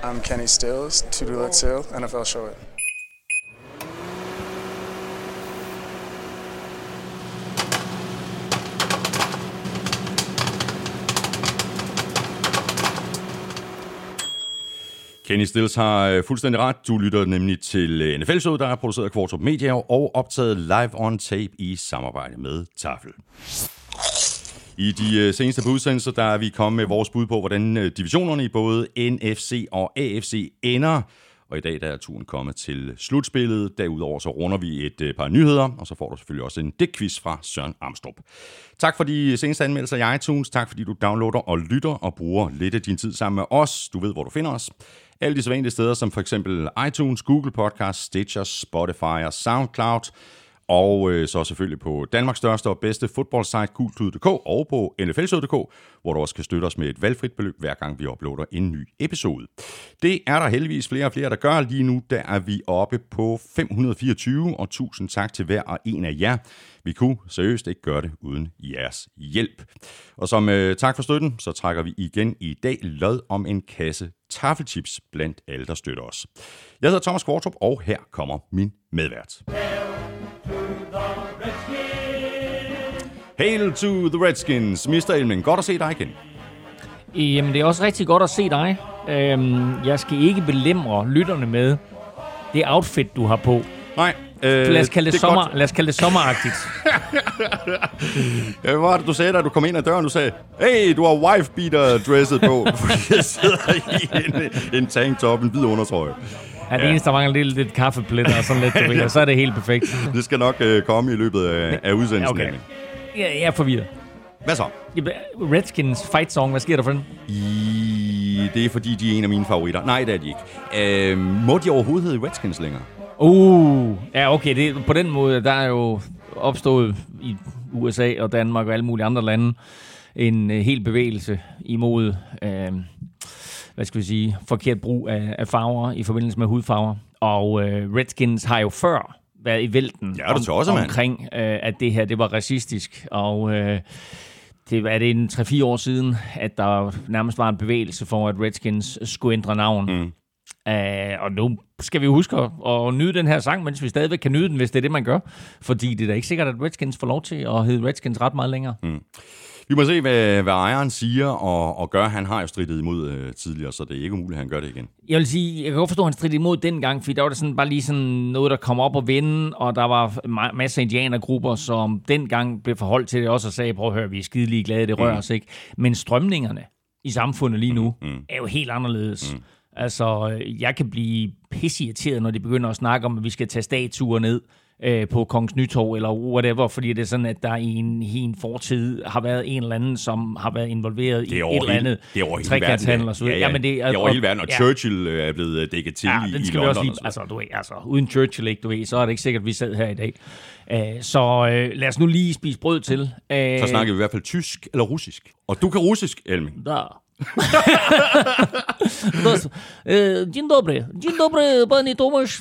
I'm Kenny Stills, To Do Let's Hill, NFL Show It. Kenny Stills har fuldstændig ret. Du lytter nemlig til NFL-showet, der er produceret af Kvartrup Media og optaget live on tape i samarbejde med Tafel. I de seneste par udsendelser, der er vi kommet med vores bud på, hvordan divisionerne i både NFC og AFC ender. Og i dag der er turen kommet til slutspillet. Derudover så runder vi et par nyheder, og så får du selvfølgelig også en dækquiz fra Søren Amstrup. Tak for de seneste anmeldelser i iTunes. Tak fordi du downloader og lytter og bruger lidt af din tid sammen med os. Du ved, hvor du finder os. Alle de sædvanlige steder, som for eksempel iTunes, Google Podcasts, Stitcher, Spotify og SoundCloud. Og så selvfølgelig på Danmarks største og bedste fodboldsite, gulklud.dk og på nflshow.dk, hvor du også kan støtte os med et valgfrit beløb, hver gang vi uploader en ny episode. Det er der heldigvis flere og flere, der gør. Lige nu der er vi oppe på 524, og tusind tak til hver og en af jer. Vi kunne seriøst ikke gøre det uden jeres hjælp. Og som tak for støtten, så trækker vi igen i dag lod om en kasse taffelchips blandt alle, der støtter os. Jeg hedder Thomas Kvartrup, og her kommer min medvært. Hail to the Redskins, Mr. Elming. Godt at se dig igen. Jamen, det er også rigtig godt at se dig. Jeg skal ikke belemre lytterne med det outfit, du har på. Nej. Lad os kalde det sommeragtigt. Hvad var det, du sagde, da du kom ind ad døren? Du sagde, hey, du har wife-beater-dresset på, fordi jeg sidder i en tanktop, en hvid undertrøje. Ja, det eneste, der mangler, det er lidt kaffepletter og sådan lidt, du ved, og så er det helt perfekt. Det skal nok komme i løbet af udsendelsen. Okay. Jeg er forvirret. Hvad så? Redskins fight song, hvad sker der for den? Det er fordi, de er en af mine favoritter. Nej, det er de ikke. Må de overhovedet hedde Redskins længere? Ja, okay, det, på den måde, der er jo opstået i USA og Danmark og alle mulige andre lande en hel bevægelse imod, forkert brug af farver i forbindelse med hudfarver. Og Redskins har jo før været i vælten omkring, at det her, det var racistisk, og det er det en 3-4 år siden, at der nærmest var en bevægelse for, at Redskins skulle ændre navn. Og nu skal vi huske at nyde den her sang, mens vi stadigvæk kan nyde den, hvis det er det, man gør. Fordi det er da ikke sikkert, at Redskins får lov til at hedde Redskins ret meget længere. Vi må se, hvad ejeren siger og gør. Han har jo strittet imod tidligere, så det er ikke umuligt, at han gør det igen. Jeg vil sige, jeg kan godt forstå, at han strittede imod dengang, fordi der var det sådan, bare lige sådan noget, der kom op og vende, og der var masser af indianergrupper, som dengang blev forholdt til det også og sagde, prøv at høre, vi er skide ligeglade, det rører os ikke. Men strømningerne i samfundet lige nu er jo helt anderledes. Altså, jeg kan blive pisseirriteret, når de begynder at snakke om, at vi skal tage statuer ned på Kongens Nytorv eller whatever, fordi det er sådan, at der i en fortid har været en eller anden, som har været involveret i et eller andet trekantshandel og så videre. Ja, det er over hele verden, og Churchill er blevet dækket til i London. Også lige, uden Churchill, ikke, så er det ikke sikkert, at vi sad her i dag. Så lad os nu lige spise brød til. Så snakker vi i hvert fald tysk eller russisk. Og du kan russisk, Elming. Da. Dzień dobry, panie Tomasz.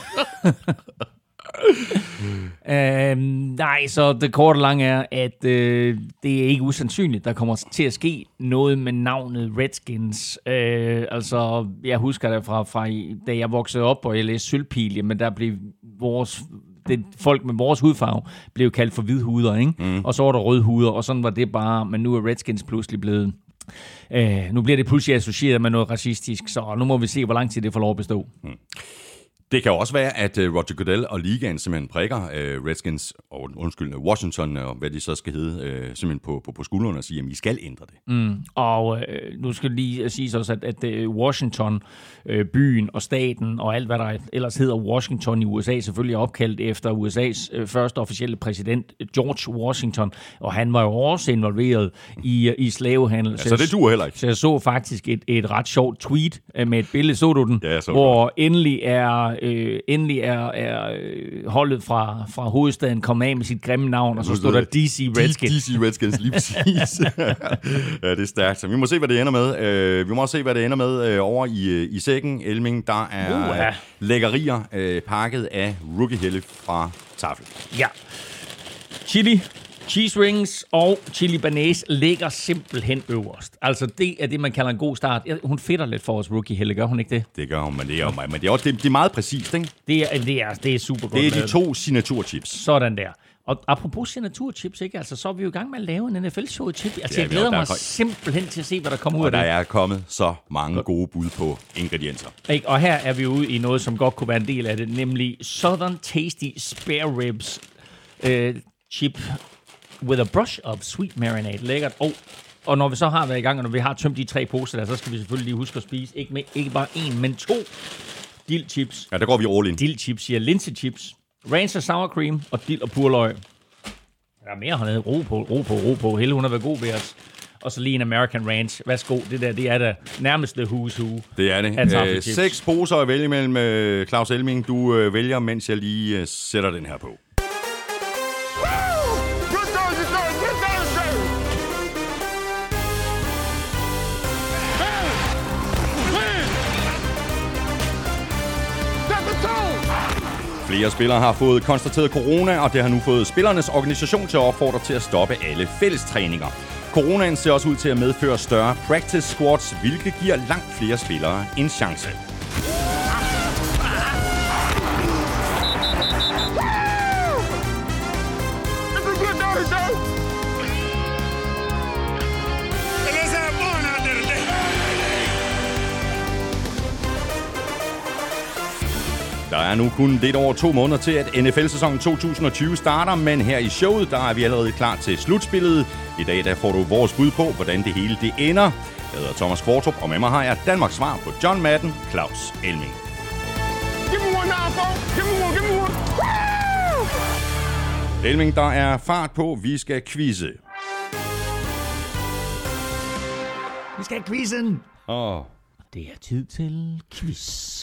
Nej, så det korte og lange er, at det er ikke usandsynligt, der kommer til at ske noget med navnet Redskins. Altså, jeg husker det fra da jeg voksede op, og jeg læste Sølvpil, men der blev folk med vores hudfarve blev kaldt for hvidhuder, ikke? Og så var der rødhuder, og sådan var det bare, men nu er Redskins pludselig blevet... nu bliver det pludselig associeret med noget racistisk, så nu må vi se, hvor lang tid det får lov at bestå. Det kan også være, at Roger Goodell og ligaen simpelthen prikker Redskins og Washington, og hvad de så skal hedde, simpelthen på skuldrene og sige, at I skal ændre det. Og nu skal lige sige også, at Washington, byen og staten og alt, hvad der ellers hedder Washington i USA, selvfølgelig er opkaldt efter USA's første officielle præsident, George Washington, og han var jo også involveret i slavehandel. Ja, så det duer heller ikke. Så jeg så faktisk et ret sjovt tweet med et billede, så du den, ja, så hvor endelig er holdet fra hovedstaden kommet af med sit grimme navn, og så stod der DC Redskins. DC Redskins, lige præcis. Ja, det er stærkt. Så vi må se, hvad det ender med. Over i sækken, Elming. Der er lækkerier pakket af rookie-helle fra Tafel. Ja. Chili, Cheese rings og chili banase ligger simpelthen øverst. Altså, det er det, man kalder en god start. Hun fedter lidt for os rookie, Helle, gør hun ikke det? Det gør hun, men det er også det er meget præcist, ikke? Det er super godt. Det er de 2 signaturchips. Sådan der. Og apropos signaturchips, ikke? Altså, så er vi jo i gang med at lave en NFL-show chip. Altså, jeg glæder mig simpelthen til at se, hvad der kommer ud af det. Og der er kommet så mange gode bud på ingredienser. Og her er vi ude i noget, som godt kunne være en del af det, nemlig Southern Tasty Spare Ribs chip with a brush of sweet marinade. Lækkert. Og når vi så har været i gang, og når vi har tømt de 3 poser der, så skal vi selvfølgelig lige huske at spise ikke bare 1, men 2 dildchips. Ja, der går vi all in. Dildchips, siger linsechips, ranch og sour cream og dild og purløg. Der er mere hernede. Ro på. Helle, hun har været god ved os. Og så lige en American Ranch. Værsgo, det er da nærmest the who's who. Det er det. 6 poser at vælge mellem, Claus Elming. Du vælger, mens jeg lige sætter den her på. Flere spillere har fået konstateret corona, og det har nu fået spillernes organisation til at opfordre til at stoppe alle fællestræninger. Coronaen ser også ud til at medføre større practice squads, hvilket giver langt flere spillere en chance. Der er nu kun lidt over 2 måneder til, at NFL-sæsonen 2020 starter, men her i showet, der er vi allerede klar til slutspillet. I dag der får du vores bud på, hvordan det hele det ender. Jeg hedder Thomas Kvartrup, og med mig har jeg Danmarks svar på John Madden, Claus Elming. Elming, der er fart på. Vi skal quizze. Vi skal have quizzen. Det er tid til quiz.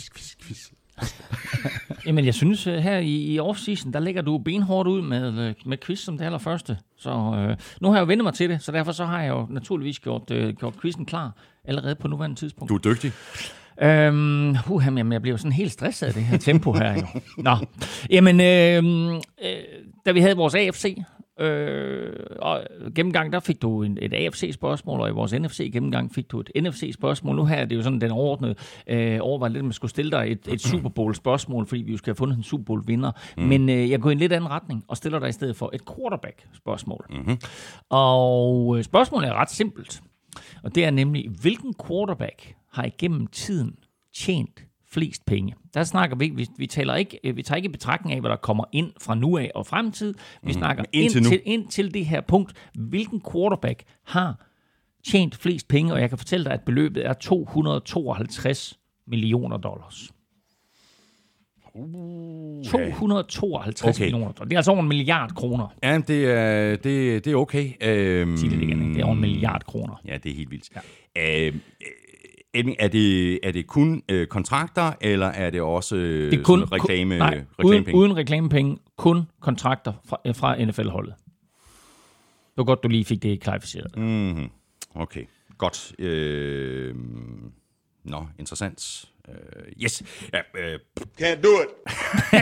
Jamen, jeg synes, her i off-season, der lægger du benhårdt ud med quiz som det allerførste. Så nu har jeg jo vendt mig til det, så derfor så har jeg jo naturligvis gjort quizzen klar allerede på nuværende tidspunkt. Du er dygtig. Jamen, jeg bliver jo sådan helt stresset af det her tempo her jo. Nå, jamen, da vi havde vores AFC og gennemgang, der fik du et AFC-spørgsmål, og i vores NFC-gennemgang fik du et NFC-spørgsmål. Nu her er det jo sådan den overordnede overvejelse lidt, at man skulle stille dig et Super Bowl-spørgsmål, fordi vi jo skal have fundet en Super Bowl-vinder. Men jeg går i en lidt anden retning og stiller dig i stedet for et quarterback-spørgsmål. Og spørgsmålet er ret simpelt. Og det er nemlig, hvilken quarterback har igennem tiden tjent flest penge? Der snakker vi tager ikke i betragtning af, hvad der kommer ind fra nu af og fremtid. Vi snakker ind til det her punkt. Hvilken quarterback har tjent flest penge? Og jeg kan fortælle dig, at beløbet er $252 millioner. 252 millioner. Det er altså over $1 milliard. Ja, det er okay. Det er over $1 milliard. Ja, det er helt vildt. Ja. Er det kun kontrakter, eller er det også reklamepenge? Uden reklamepenge, kun kontrakter fra NFL-holdet. Det var godt, du lige fik det klarificeret. Okay, godt. Interessant. Yes. Can't do it.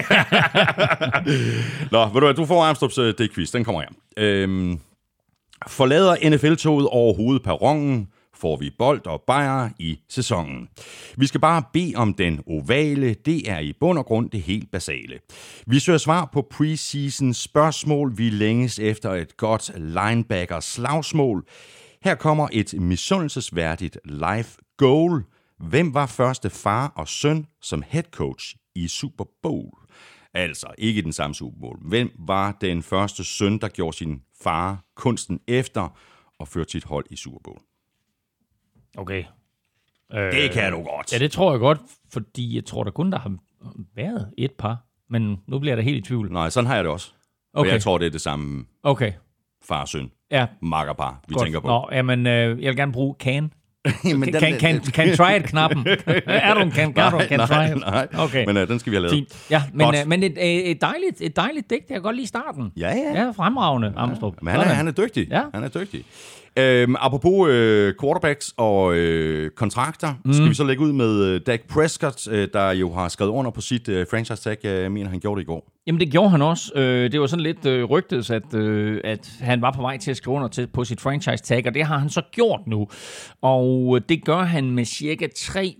Nå, ved du hvad, du får Armstrongs D-quiz. Den kommer her. Forlader NFL-toget overhovedet perronen, får vi bold og bajer i sæsonen. Vi skal bare bede om den ovale. Det er i bund og grund det helt basale. Vi søger svar på preseason spørgsmål. Vi længes efter et godt linebacker-slagsmål. Her kommer et misundelsesværdigt life goal. Hvem var første far og søn som head coach i Super Bowl? Altså, ikke den samme Super Bowl. Hvem var den første søn, der gjorde sin far kunsten efter og førte sit hold i Super Bowl? Okay. Det kan du godt. Ja, det tror jeg godt, fordi jeg tror, der kun der har været et par. Men nu bliver jeg da helt i tvivl. Nej, sådan har jeg det også. Okay. Og jeg tror, det er det samme far og søn. Ja. Makkerpar, vi godt. tænker på. Nå, jamen, jeg vil gerne bruge can try it-knappen. Er du en can try it? Nej, okay. Men den skal vi have lavet. Fint. Ja, men et dejligt digt. Jeg kan godt lide starten. Ja. Ja, fremragende, Armstrong. Men han er dygtig. Ja. Han er dygtig. Apropos quarterbacks og kontrakter, skal vi så lægge ud med Dak Prescott, der jo har skrevet under på sit franchise-tag. Jeg mener, han gjorde det i går. Jamen, det gjorde han også. Det var sådan lidt rygtet, at han var på vej til at skrive under på sit franchise-tag, og det har han så gjort nu. Og det gør han med cirka 3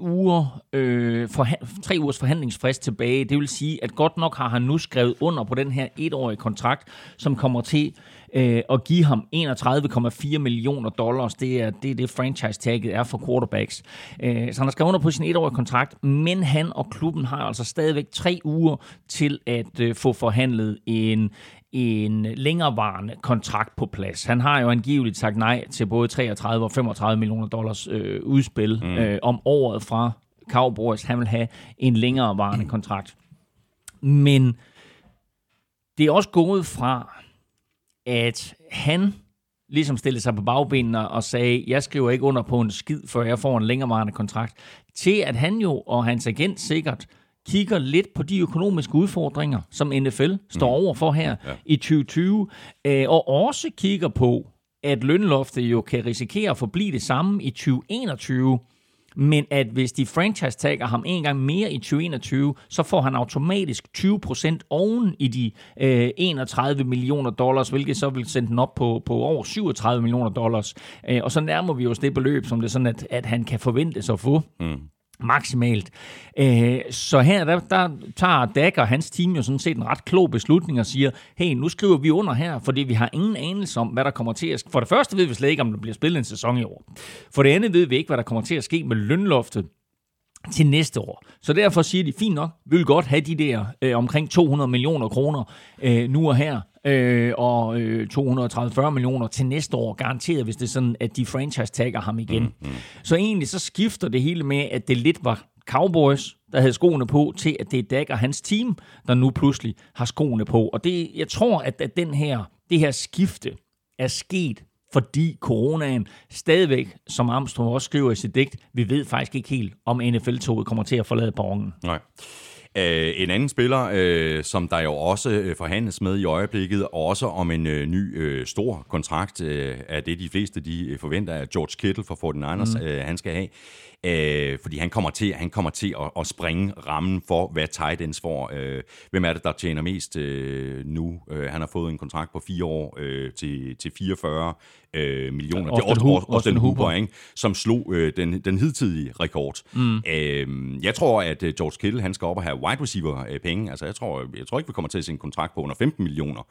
ugers forhandlingsfrist tilbage. Det vil sige, at godt nok har han nu skrevet under på den her 1-årige kontrakt, som kommer til at give ham $31,4 millioner. Det er det franchise-tagget er for quarterbacks. Så han har skrevet under på sin 1-årige kontrakt, men han og klubben har altså stadigvæk 3 uger til at få forhandlet en længerevarende kontrakt på plads. Han har jo angiveligt sagt nej til både 33 og $35 millioner udspil om året fra Cowboys. Han vil have en længerevarende kontrakt. Men det er også gået fra, at han ligesom stillede sig på bagbenene og sagde, jeg skriver ikke under på en skid, før jeg får en længerevarende kontrakt, til at han jo og hans agent sikkert kigger lidt på de økonomiske udfordringer, som NFL står overfor her i 2020, og også kigger på, at lønloftet jo kan risikere at forblive det samme i 2021, men at hvis de franchise-tagger ham en gang mere i 2021, så får han automatisk 20% oven i de $31 millioner, hvilket så vil sende den op på over $37 millioner. Og så nærmer vi os det beløb, som det er sådan, at han kan forventes at få. Maksimalt. Så her der tager Dak og hans team jo sådan set en ret klog beslutning og siger, hey, nu skriver vi under her, fordi vi har ingen anelse om, hvad der kommer til at ske. For det første ved vi slet ikke, om der bliver spillet en sæson i år. For det andet ved vi ikke, hvad der kommer til at ske med lønloftet til næste år. Så derfor siger de, fint nok, vi vil godt have de der omkring $200 millioner nu og her, og 230-40 millioner til næste år, garanteret, hvis det er sådan, at de franchise-tagger ham igen. Så egentlig så skifter det hele med, at det lidt var Cowboys, der havde skoene på, til at det er Dak og hans team, der nu pludselig har skoene på. Og det, jeg tror, at det her skifte er sket, fordi coronaen stadigvæk, som Armstrong også skriver i sit digt, vi ved faktisk ikke helt, om NFL-toget kommer til at forlade perronen. Nej. En anden spiller, som der jo også forhandles med i øjeblikket, også om en ny stor kontrakt, er det de fleste de forventer, at George Kittle fra 49ers han skal have. Fordi han kommer til at springe rammen for, hvad tight ends får. Hvem er det, der tjener mest nu? Han har fået en kontrakt på 4 år til 44 millioner. Det er Austin Hooper, ikke? Som slog den hidtidige rekord. Jeg tror, at George Kittle han skal op og have wide receiver penge. Altså, jeg tror ikke, vi kommer til at se en kontrakt på under $15 millioner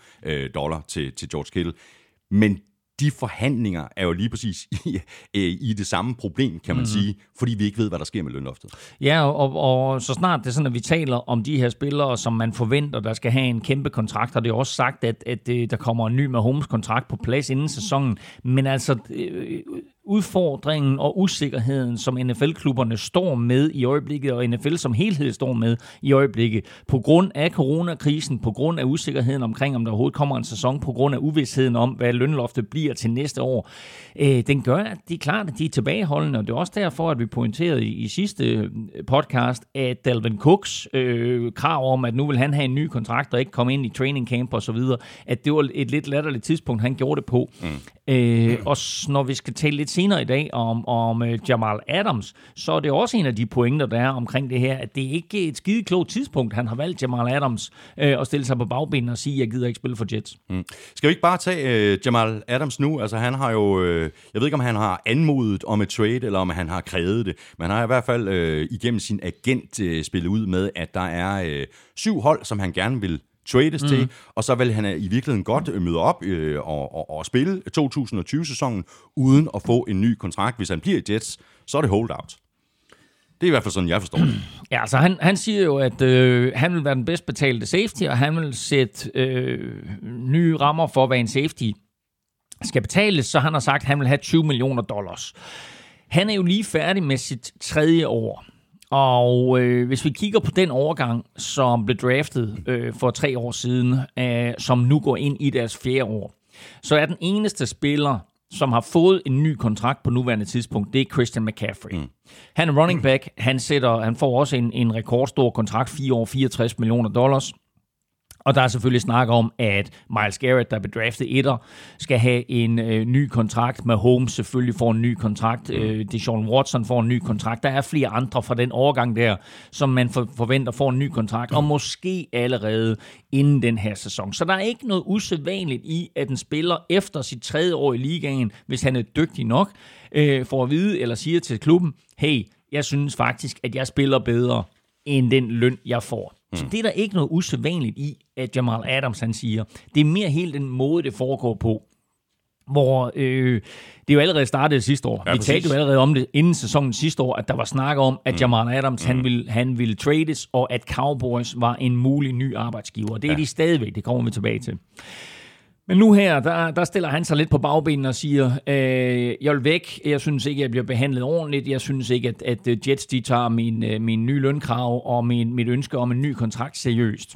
til George Kittle. Men de forhandlinger er jo lige præcis i det samme problem, kan man sige, fordi vi ikke ved, hvad der sker med lønloftet. Ja, og så snart det er sådan, at vi taler om de her spillere, som man forventer, der skal have en kæmpe kontrakt, og det er også sagt, at der kommer en ny Mahomes-kontrakt på plads inden sæsonen, men altså udfordringen og usikkerheden, som NFL-klubberne står med i øjeblikket, og NFL som helhed står med i øjeblikket, på grund af coronakrisen, på grund af usikkerheden omkring, om der overhovedet kommer en sæson, på grund af uvidsheden om, hvad lønloftet bliver til næste år, den gør, at det er klart, at de er tilbageholdende, og det er også derfor, at vi pointerede i sidste podcast, at Dalvin Cooks krav om, at nu vil han have en ny kontrakt, og ikke komme ind i training camp og så videre, at det var et lidt latterligt tidspunkt, han gjorde det på. Og når vi skal tale lidt senere i dag om Jamal Adams, så er det også en af de pointer, der er omkring det her, at det ikke er et skide klogt tidspunkt, han har valgt Jamal Adams at stille sig på bagbenene og sige, at jeg gider ikke spille for Jets. Skal vi ikke bare tage Jamal Adams nu? Altså han har jo, jeg ved ikke om han har anmodet om et trade, eller om han har krævet det, men han har i hvert fald igennem sin agent spillet ud med, at der er 7 hold, som han gerne vil trades til, og så vil han i virkeligheden godt møde op og spille 2020-sæsonen uden at få en ny kontrakt. Hvis han bliver i Jets, så er det holdout. Det er i hvert fald sådan, jeg forstår det. Ja, altså han siger jo, at han vil være den bedst betalte safety, og han vil sætte nye rammer for, hvad en safety skal betales, så han har sagt, at han vil have $20 millioner. Han er jo lige færdig med sit 3. år. Og hvis vi kigger på den overgang, som blev draftet for 3 år siden, som nu går ind i deres 4. år, så er den eneste spiller, som har fået en ny kontrakt på nuværende tidspunkt, det er Christian McCaffrey. Han er running back, han får også en rekordstor kontrakt, 4 år, $64 millioner. Og der er selvfølgelig snak om, at Myles Garrett, der blev draftet etter, skal have en ny kontrakt. Mahomes selvfølgelig får en ny kontrakt. Deshaun Watson får en ny kontrakt. Der er flere andre fra den årgang der, som man forventer får en ny kontrakt. Og måske allerede inden den her sæson. Så der er ikke noget usædvanligt i, at en spiller efter sit 3. år i ligaen, hvis han er dygtig nok, får at vide eller siger til klubben, hey, jeg synes faktisk, at jeg spiller bedre end den løn, jeg får. Så det er der ikke noget usædvanligt i, at Jamal Adams han siger. Det er mere helt den måde, det foregår på. Hvor det jo allerede startede sidste år. Ja, vi talte jo allerede om det inden sæsonen sidste år, at der var snak om, at Jamal Adams han ville trades, og at Cowboys var en mulig ny arbejdsgiver. Det er de stadigvæk, det kommer vi tilbage til. Men nu her, der stiller han sig lidt på bagbenene og siger, jeg vil væk, jeg synes ikke, jeg bliver behandlet ordentligt, jeg synes ikke, at Jets de tager min nye lønkrav og mit ønske om en ny kontrakt seriøst.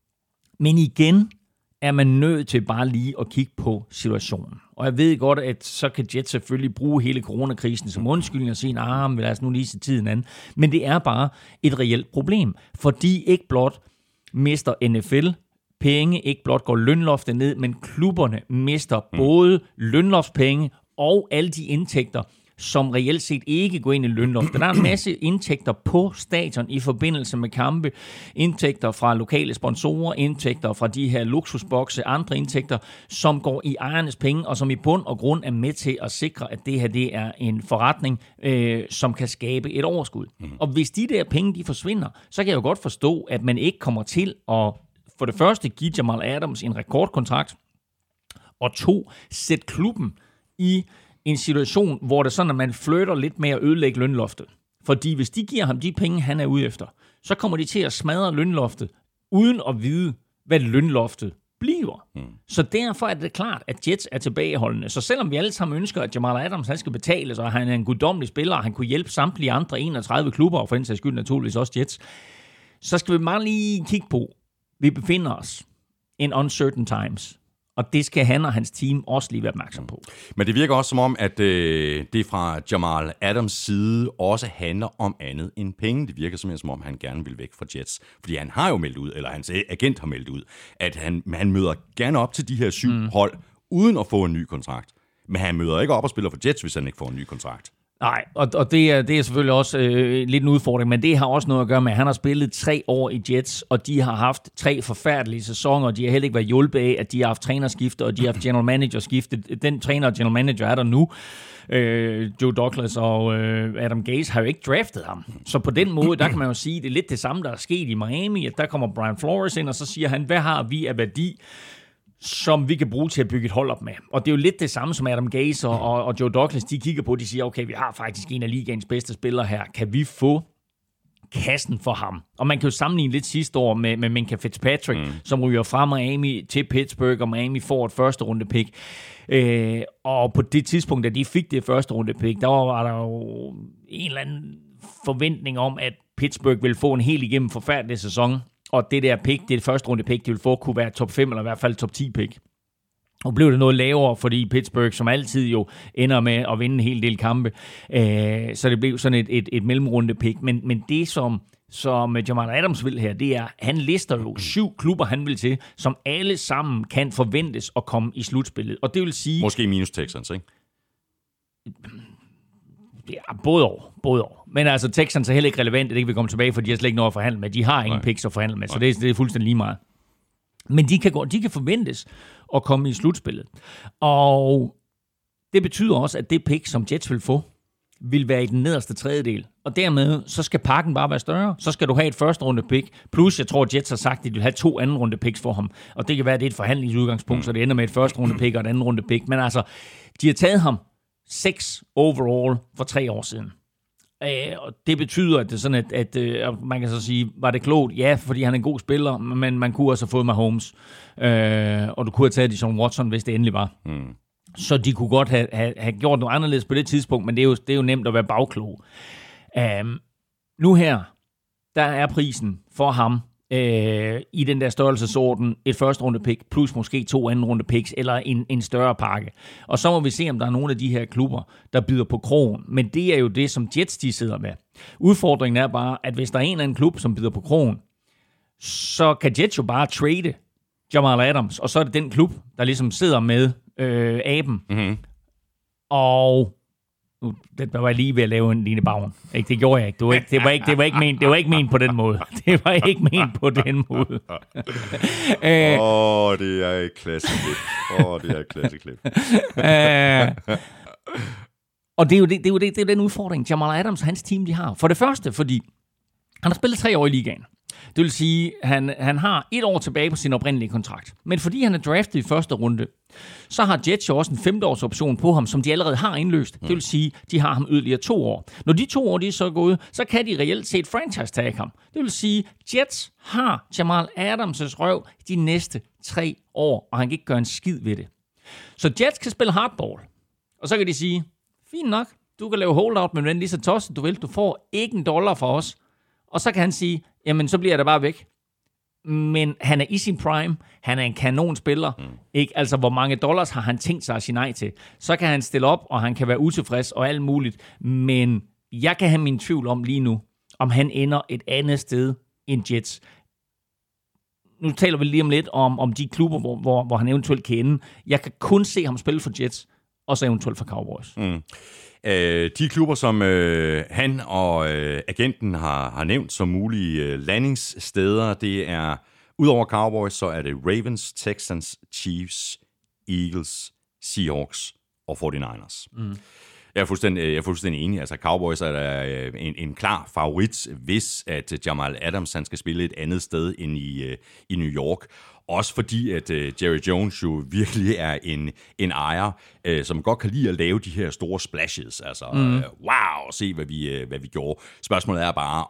Men igen er man nødt til bare lige at kigge på situationen. Og jeg ved godt, at så kan Jets selvfølgelig bruge hele coronakrisen som undskyldning og sige, lad os nu lige se tiden an. Men det er bare et reelt problem, fordi ikke blot mister NFL penge, ikke blot går lønloftet ned, men klubberne mister både lønloftspenge og alle de indtægter, som reelt set ikke går ind i lønloftet. Der er en masse indtægter på stadion i forbindelse med kampe, indtægter fra lokale sponsorer, indtægter fra de her luksusbokse, andre indtægter, som går i ejernes penge, og som i bund og grund er med til at sikre, at det her det er en forretning, som kan skabe et overskud. Og hvis de der penge de forsvinder, så kan jeg jo godt forstå, at man ikke kommer til at for det første give Jamal Adams en rekordkontrakt, og 2, sætte klubben i en situation, hvor det sådan, at man flytter lidt med at ødelægge lønloftet. Fordi hvis de giver ham de penge, han er ude efter, så kommer de til at smadre lønloftet, uden at vide, hvad lønloftet bliver. Så derfor er det klart, at Jets er tilbageholdende. Så selvom vi alle sammen ønsker, at Jamal Adams han skal betales, og han er en guddommelig spiller, og han kunne hjælpe samtlige andre 31 klubber, og for den sags skyld naturligvis også Jets, så skal vi bare lige kigge på, vi befinder os in uncertain times, og det skal han og hans team også lige være opmærksom på. Men det virker også som om, at det fra Jamal Adams side også handler om andet end penge. Det virker simpelthen som om, han gerne vil væk fra Jets. Fordi han har jo meldt ud, eller hans agent har meldt ud, at han møder gerne op til de her 7 hold, uden at få en ny kontrakt. Men han møder ikke op og spiller for Jets, hvis han ikke får en ny kontrakt. Nej, og det er selvfølgelig også lidt en udfordring, men det har også noget at gøre med, at han har spillet 3 år i Jets, og de har haft 3 forfærdelige sæsoner, og de har heller ikke været hjulpet af, at de har haft trænerskifte, og de har haft general manager-skifte. Den træner og general manager er der nu. Joe Douglas og Adam Gase har jo ikke draftet ham. Så på den måde, der kan man jo sige, det er lidt det samme, der er sket i Miami, at der kommer Brian Flores ind, og så siger han, hvad har vi af værdi, som vi kan bruge til at bygge et hold op med. Og det er jo lidt det samme, som Adam Gase og Joe Douglas, de kigger på, de siger, okay, vi har faktisk en af ligaens bedste spillere her. Kan vi få kassen for ham? Og man kan jo sammenligne lidt sidste år med Minkah Fitzpatrick, som ryger fra Miami til Pittsburgh, og Miami får et første runde pick. Og på det tidspunkt, da de fik det første runde pick, der var der jo en eller anden forventning om, at Pittsburgh ville få en helt igennem forfærdelig sæson. Og det der pick, det første runde pick, de ville få, kunne være top 5 eller i hvert fald top 10 pick. Og blev det noget lavere, fordi Pittsburgh som altid jo ender med at vinde en hel del kampe. Så det blev sådan et mellemrunde pick. Men det som Jamal Adams vil her, det er, han lister jo 7 klubber, han vil til, som alle sammen kan forventes at komme i slutspillet. Og det vil sige... Måske minus Texans, ikke? Ja, både år. Men altså, Texans er heller ikke relevant, at det ikke vil komme tilbage, for de har slet ikke noget at forhandle med. De har ingen picks at forhandle med, så det er fuldstændig lige meget. Men de kan forventes at komme i slutspillet. Og det betyder også, at det pick, som Jets vil få, vil være i den nederste tredjedel. Og dermed, så skal pakken bare være større. Så skal du have et første runde pick. Plus, jeg tror, at Jets har sagt, at de vil have 2 anden runde picks for ham. Og det kan være, at det er et forhandlingsudgangspunkt, så det ender med et første runde pick og et anden runde pick. Men altså, de har taget ham 6 overall for 3 år siden. Og det betyder, at det er sådan, at man kan så sige, var det klogt? Ja, fordi han er en god spiller, men man kunne også have fået Mahomes. Og du kunne have taget Deshaun Watson, hvis det endelig var. Så de kunne godt have gjort noget anderledes på det tidspunkt, men det er jo nemt at være bagklog. Nu her, der er prisen for ham i den der størrelsesorden et første runde pick, plus måske 2 anden runde picks, eller en større pakke. Og så må vi se, om der er nogle af de her klubber, der byder på krogen. Men det er jo det, som Jets de sidder med. Udfordringen er bare, at hvis der er en eller anden klub, som byder på krogen, så kan Jets jo bare trade Jamal Adams, og så er det den klub, der ligesom sidder med aben. Mm-hmm. Og nu der var jeg lige ved at lave en Line Bavn. Ikke, det gjorde jeg ikke. Det var ikke ment på den måde. Det var ikke ment på den måde. Det er et klasseklip. Og det er jo den udfordring, Jamal Adams og hans team, de har. For det første, fordi han har spillet 3 år i ligaen. Det vil sige, han har 1 år tilbage på sin oprindelige kontrakt. Men fordi han er draftet i første runde, så har Jets jo også en 5-års option på ham, som de allerede har indløst. Det vil sige, de har ham yderligere 2 år. Når de 2 år de er så gået, så kan de reelt set franchise-tag ham. Det vil sige, Jets har Jamal Adams' røv de næste 3 år, og han kan ikke gøre en skid ved det. Så Jets kan spille hardball, og så kan de sige, fint nok, du kan lave holdout, men lige så tosset du vil. Du får ikke $1 fra os. Og så kan han sige, jamen så bliver jeg da bare væk. Men han er i sin prime. Han er en kanonspiller. Ikke? Altså, hvor mange dollars har han tænkt sig at sige nej til? Så kan han stille op, og han kan være utilfreds og alt muligt. Men jeg kan have min tvivl om lige nu, om han ender et andet sted end Jets. Nu taler vi lige om lidt om de klubber, hvor han eventuelt kan ende. Jeg kan kun se ham spille for Jets, og så eventuelt for Cowboys. De klubber, som han og agenten har nævnt som mulige landingssteder, det er, udover Cowboys, så er det Ravens, Texans, Chiefs, Eagles, Seahawks og 49ers. Jeg er fuldstændig enig. Altså, Cowboys er der en klar favorit, hvis at Jamal Adams han skal spille et andet sted end i New York. Også fordi, at Jerry Jones jo virkelig er en ejer, som godt kan lide at lave de her store splashes. Altså, wow, se hvad vi gjorde. Spørgsmålet er bare,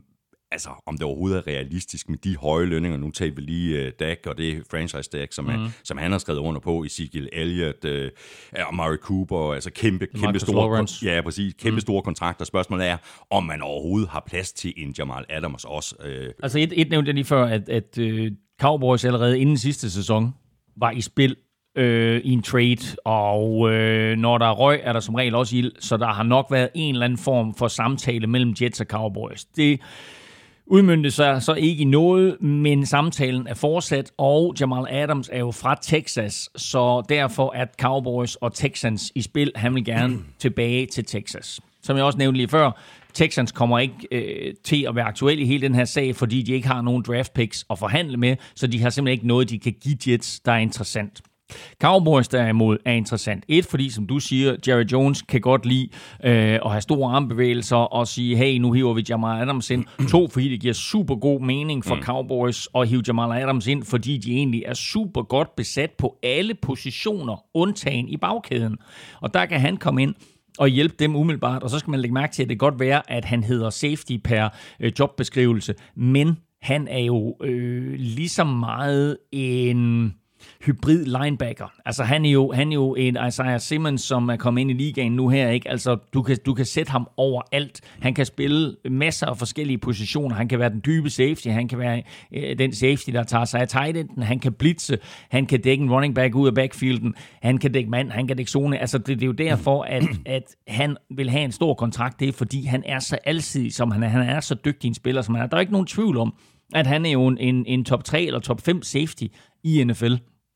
om det overhovedet er realistisk med de høje lønninger. Nu tager vi lige Dak, og det franchise-Dak, som han har skrevet under på, Ezekiel Elliott, Amari Cooper, altså kæmpe store, ja, præcis, kæmpe store kontrakter. Spørgsmålet er, om man overhovedet har plads til en Jamal Adams også. Altså et nævnte jeg lige før, at Cowboys allerede inden sidste sæson var i spil i en trade, og når der er røg, er der som regel også ild, så der har nok været en eller anden form for samtale mellem Jets og Cowboys. Det udmønte sig så ikke i noget, men samtalen er fortsat, og Jamal Adams er jo fra Texas, så derfor er Cowboys og Texans i spil. Han vil gerne tilbage til Texas. Som jeg også nævnte lige før, Texans kommer ikke til at være aktuelle i hele den her sag, fordi de ikke har nogen draft picks at forhandle med, så de har simpelthen ikke noget, de kan give Jets, der er interessant. Cowboys derimod er interessant. Fordi som du siger, Jerry Jones kan godt lide at have store armbevægelser og sige, hey, nu hiver vi Jamal Adams ind. 2, fordi det giver super god mening for Cowboys at hive Jamal Adams ind, fordi de egentlig er super godt besat på alle positioner, undtagen i bagkæden. Og der kan han komme ind og hjælpe dem umiddelbart, og så skal man lægge mærke til, at det godt være, at han hedder safety per jobbeskrivelse, men han er jo lige så meget en hybrid linebacker. Altså han er jo en Isaiah Simmons, som er kommet ind i ligaen nu her, ikke? Altså du kan sætte ham overalt. Han kan spille masser af forskellige positioner. Han kan være den dybe safety, han kan være den safety, der tager sig af tight enden, han kan blitze, han kan dække en running back ud af backfielden, han kan dække mand, han kan dække zone. Altså det er jo derfor, at han vil have en stor kontrakt. Det er fordi han er så alsidig, som han er. Han er så dygtig en spiller, som han er. Der er ikke nogen tvivl om, at han er jo en top 3 eller top 5 safety i NFL.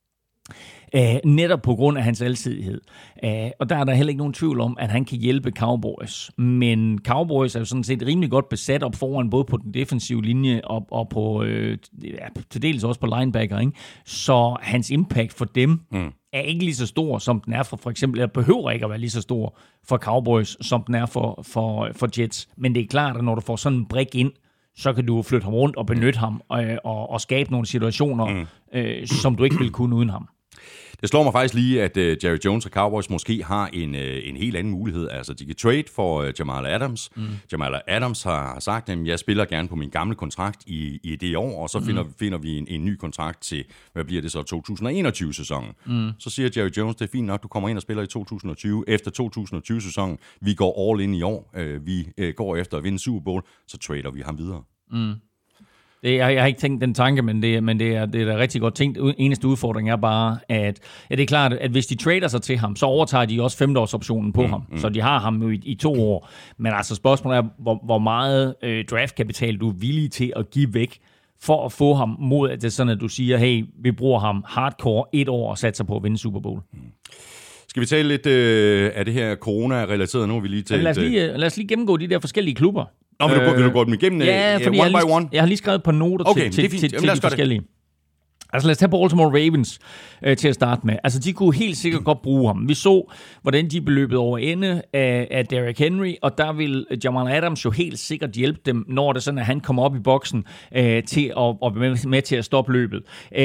Netop på grund af hans alsidighed. Og der er der heller ikke nogen tvivl om, at han kan hjælpe Cowboys. Men Cowboys er jo sådan set rimelig godt besat op foran, både på den defensive linje og på til dels også på linebacker, ikke? Så hans impact for dem er ikke lige så stor, som den er for eksempel, eller behøver ikke at være lige så stor for Cowboys, som den er for Jets. Men det er klart, at når du får sådan en brik ind, så kan du flytte ham rundt og benytte ham og skabe nogle situationer, som du ikke vil kunne uden ham. Det slår mig faktisk lige, at Jerry Jones og Cowboys måske har en helt anden mulighed. Altså, de kan trade for Jamal Adams. Jamal Adams har sagt, at jeg spiller gerne på min gamle kontrakt i det år, og så finder vi en ny kontrakt til, hvad bliver det så, 2021-sæsonen. Så siger Jerry Jones, det er fint nok, du kommer ind og spiller i 2020. Efter 2020-sæsonen, vi går all in i år. Vi går efter at vinde Super Bowl, så trader vi ham videre. Jeg har ikke tænkt den tanke, men det er da rigtig godt tænkt. Eneste udfordring er bare, at det er klart, at hvis de trader sig til ham, så overtager de også 5-årsoptionen på ham. Så de har ham jo i 2 år. Men altså spørgsmålet er, hvor meget draftkapital du er villig til at give væk for at få ham mod, at det er sådan, at du siger, hey, vi bruger ham hardcore 1 år og satser på at vinde Super Bowl. Skal vi tale lidt af det her corona-relateret? Nu har vi lige talt... Lad os lige gennemgå de der forskellige klubber. Nå, vil du gå dem igennem fordi one by one? Jeg har lige skrevet på noter til de forskellige. Altså lad os tage Baltimore Ravens til at starte med. Altså de kunne helt sikkert godt bruge ham. Vi så, hvordan de blev løbet over ende af Derrick Henry, og der vil Jamal Adams jo helt sikkert hjælpe dem, når det sådan, at han kommer op i boksen til at være med til at stoppe løbet.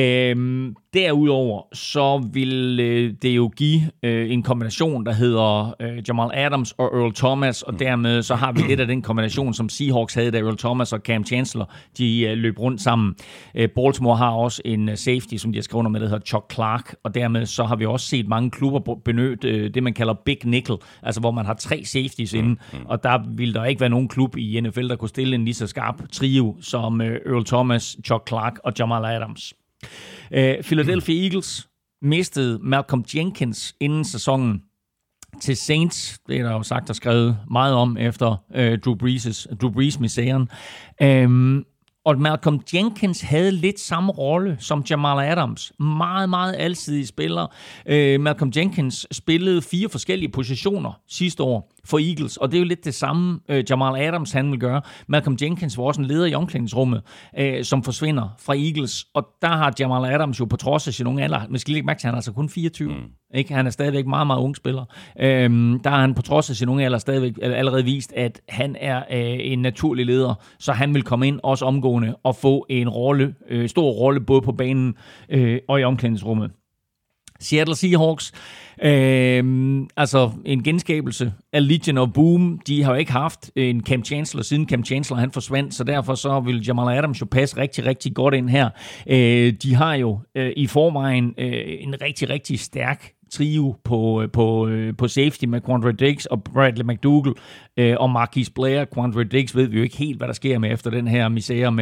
Derudover så vil det jo give en kombination, der hedder Jamal Adams og Earl Thomas, og dermed så har vi lidt af den kombination, som Seahawks havde, da Earl Thomas og Cam Chancellor de løb rundt sammen. Baltimore har også en safety, som de har skrevet med, der hedder Chuck Clark, og dermed så har vi også set mange klubber benytte det, man kalder Big Nickel, altså hvor man har 3 safeties inde, og der vil der ikke være nogen klub i NFL, der kunne stille en lige så skarp trio som Earl Thomas, Chuck Clark og Jamal Adams. Philadelphia Eagles mistede Malcolm Jenkins inden sæsonen til Saints. Det er der jo sagt og skrevet meget om efter Drew Brees-misæren. Og Malcolm Jenkins havde lidt samme rolle som Jamal Adams. Meget, meget alsidige spiller. Malcolm Jenkins spillede 4 forskellige positioner sidste år for Eagles, og det er jo lidt det samme, Jamal Adams han vil gøre. Malcolm Jenkins var også en leder i omklædningsrummet, som forsvinder fra Eagles, og der har Jamal Adams jo på trods af sin unge alder, man skal lige mærke til, han er altså kun 24. Ikke? Han er stadigvæk meget, meget ung spiller. Der har han på trods af sin unge alder stadigvæk allerede vist, at han er en naturlig leder, så han vil komme ind også omgående og få en stor rolle både på banen og i omklædningsrummet. Seattle Seahawks, altså en genskabelse af Legion of Boom. De har jo ikke haft en Cam Chancellor, siden Cam Chancellor han forsvandt, så derfor så vil Jamal Adams jo passe rigtig, rigtig godt ind her. De har jo i forvejen en rigtig, rigtig stærk trio på safety med Quandre Diggs og Bradley McDougald og Marquise Blair. Quandre Diggs ved vi jo ikke helt, hvad der sker med efter den her misære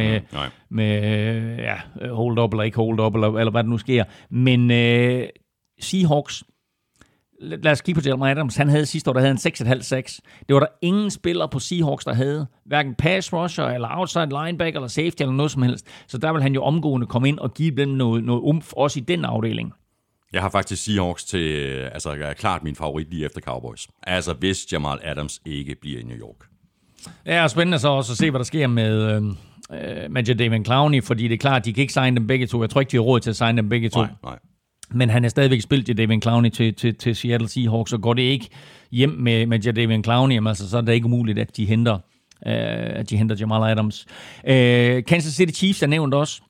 med hold up eller ikke hold up, eller hvad der nu sker. Men Seahawks, lad os kigge på Jamal Adams. Han havde sidste år, der havde en 6,5 sacks. Det var der ingen spillere på Seahawks, der havde. Hverken pass rusher, eller outside linebacker, eller safety, eller noget som helst. Så der vil han jo omgående komme ind og give dem noget umf, også i den afdeling. Jeg har faktisk Seahawks til, altså klart min favorit lige efter Cowboys. Altså hvis Jamal Adams ikke bliver i New York. Ja, og spændende så også at se, hvad der sker med Jadeveon Clowney, fordi det er klart, de kan ikke signe dem begge to. Jeg tror ikke, de har råd til at signe dem begge to. Nej. Men han er stadigvæk spillet Jadeveon Clowney til Seattle Seahawks, så går det ikke hjem med Jadeveon Clowney, altså, så er det ikke umuligt, at de henter Jamal Adams. Kansas City Chiefs er nævnt også.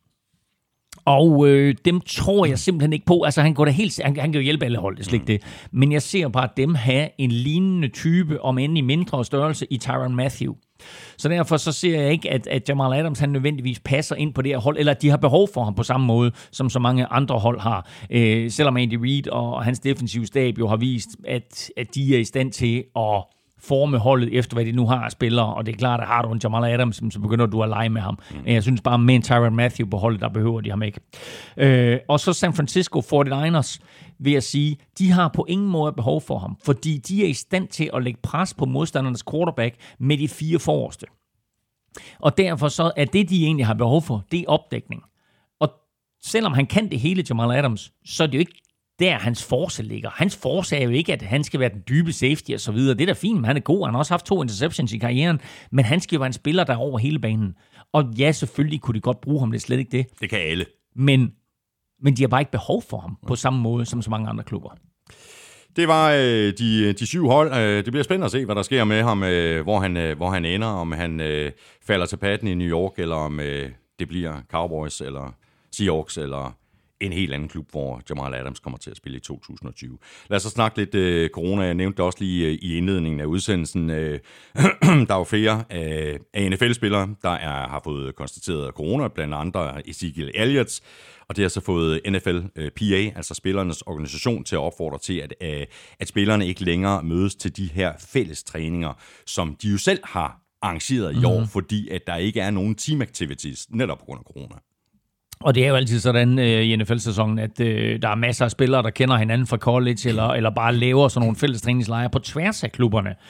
Og dem tror jeg simpelthen ikke på. Altså han kan jo hjælpe alle hold, det er slet ikke det. Men jeg ser bare dem have en lignende type, om end i mindre størrelse, i Tyrann Mathieu. Så derfor så ser jeg ikke, at Jamal Adams han nødvendigvis passer ind på det her hold, eller at de har behov for ham på samme måde, som så mange andre hold har. Selvom Andy Reid og hans defensive stab jo har vist, at de er i stand til at forme holdet efter, hvad de nu har af spillere, og det er klart, at har du en Jamal Adams, så begynder du at lege med ham. Jeg synes bare, med en Tyrann Mathieu på holdet, der behøver de ham ikke. Og så San Francisco 49ers, vil jeg sige, de har på ingen måde behov for ham, fordi de er i stand til at lægge pres på modstandernes quarterback med de 4 forreste. Og derfor så er det, de egentlig har behov for, det er opdækning. Og selvom han kan det hele, Jamal Adams, så er det jo ikke der hans force ligger. Hans force er jo ikke, at han skal være den dybe safety og så videre. Det er da fint, men han er god. Han har også haft 2 interceptions i karrieren, men han skal jo være en spiller, der er over hele banen. Og ja, selvfølgelig kunne de godt bruge ham, det er slet ikke det. Det kan alle. Men de har bare ikke behov for ham på samme måde som så mange andre klubber. Det var de 7 hold. Det bliver spændende at se, hvad der sker med ham, hvor han ender, om han falder til patten i New York, eller om det bliver Cowboys, eller Seahawks, eller en helt anden klub, hvor Jamal Adams kommer til at spille i 2020. Lad os så snakke lidt corona. Jeg nævnte det også lige i indledningen af udsendelsen. Der er jo flere af NFL-spillere, der har fået konstateret corona, blandt andre Ezekiel Elliott, og det har så fået NFL PA, altså spillernes organisation, til at opfordre til, at spillerne ikke længere mødes til de her fælles træninger, som de jo selv har arrangeret i år, fordi at der ikke er nogen team activities, netop på grund af corona. Og det er jo altid sådan i NFL-sæsonen, at der er masser af spillere, der kender hinanden fra college, eller bare laver sådan nogle fælles træningslejre på tværs af klubberne.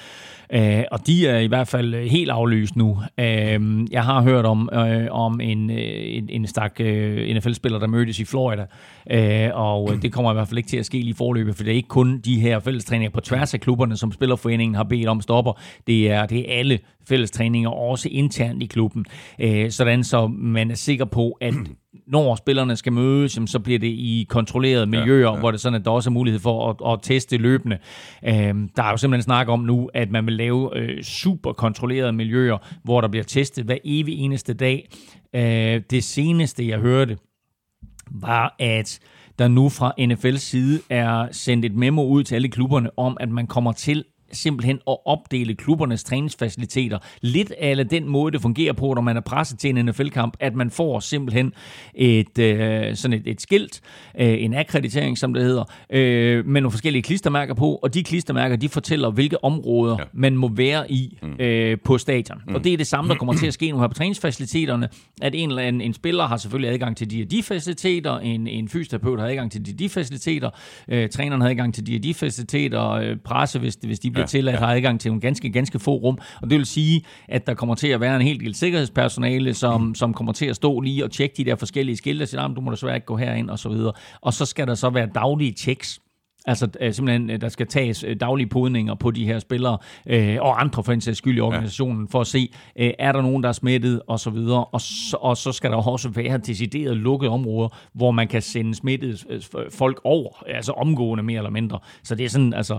Og de er i hvert fald helt aflyst nu. Jeg har hørt om en stak NFL-spiller, der mødtes i Florida, og det kommer i hvert fald ikke til at ske lige forløbet, for det er ikke kun de her fællestræninger på tværs af klubberne, som Spillerforeningen har bedt om stopper. Det er alle fællestræninger, også internt i klubben. Sådan så man er sikker på, at når spillerne skal mødes, så bliver det i kontrollerede miljøer, hvor det sådan, at der også er mulighed for at teste løbende. Der er jo simpelthen snak om nu, at man vil lave super kontrollerede miljøer, hvor der bliver testet hver evig eneste dag. Det seneste, jeg hørte, var, at der nu fra NFL's side er sendt et memo ud til alle klubberne om, at man kommer til simpelthen at opdele klubbernes træningsfaciliteter. Lidt af den måde, det fungerer på, når man er presset til en NFL-kamp, at man får simpelthen et skilt, en akkreditering, som det hedder, med nogle forskellige klistermærker på, og de klistermærker, de fortæller, hvilke områder man må være i på stadion. Og det er det samme, der kommer til at ske nu her på træningsfaciliteterne, at en eller anden spiller har selvfølgelig adgang til de faciliteter, en fysioterapeut har adgang til de faciliteter, træneren har adgang til de faciliteter, presse, hvis de bliver tilladt, har adgang til nogle ganske få rum. Og det vil sige, at der kommer til at være en hel del sikkerhedspersonale, som kommer til at stå lige og tjekke de der forskellige skilte, og sige, du må desværre ikke gå herind, og så videre. Og så skal der så være daglige checks. Altså simpelthen, der skal tages daglige podninger på de her spillere, og andre for en sags skyld i organisationen, for at se, er der nogen, der er smittet, og så videre. Og så skal der også være decideret lukkede områder, hvor man kan sende smittede folk over, altså omgående mere eller mindre. Så det er sådan, altså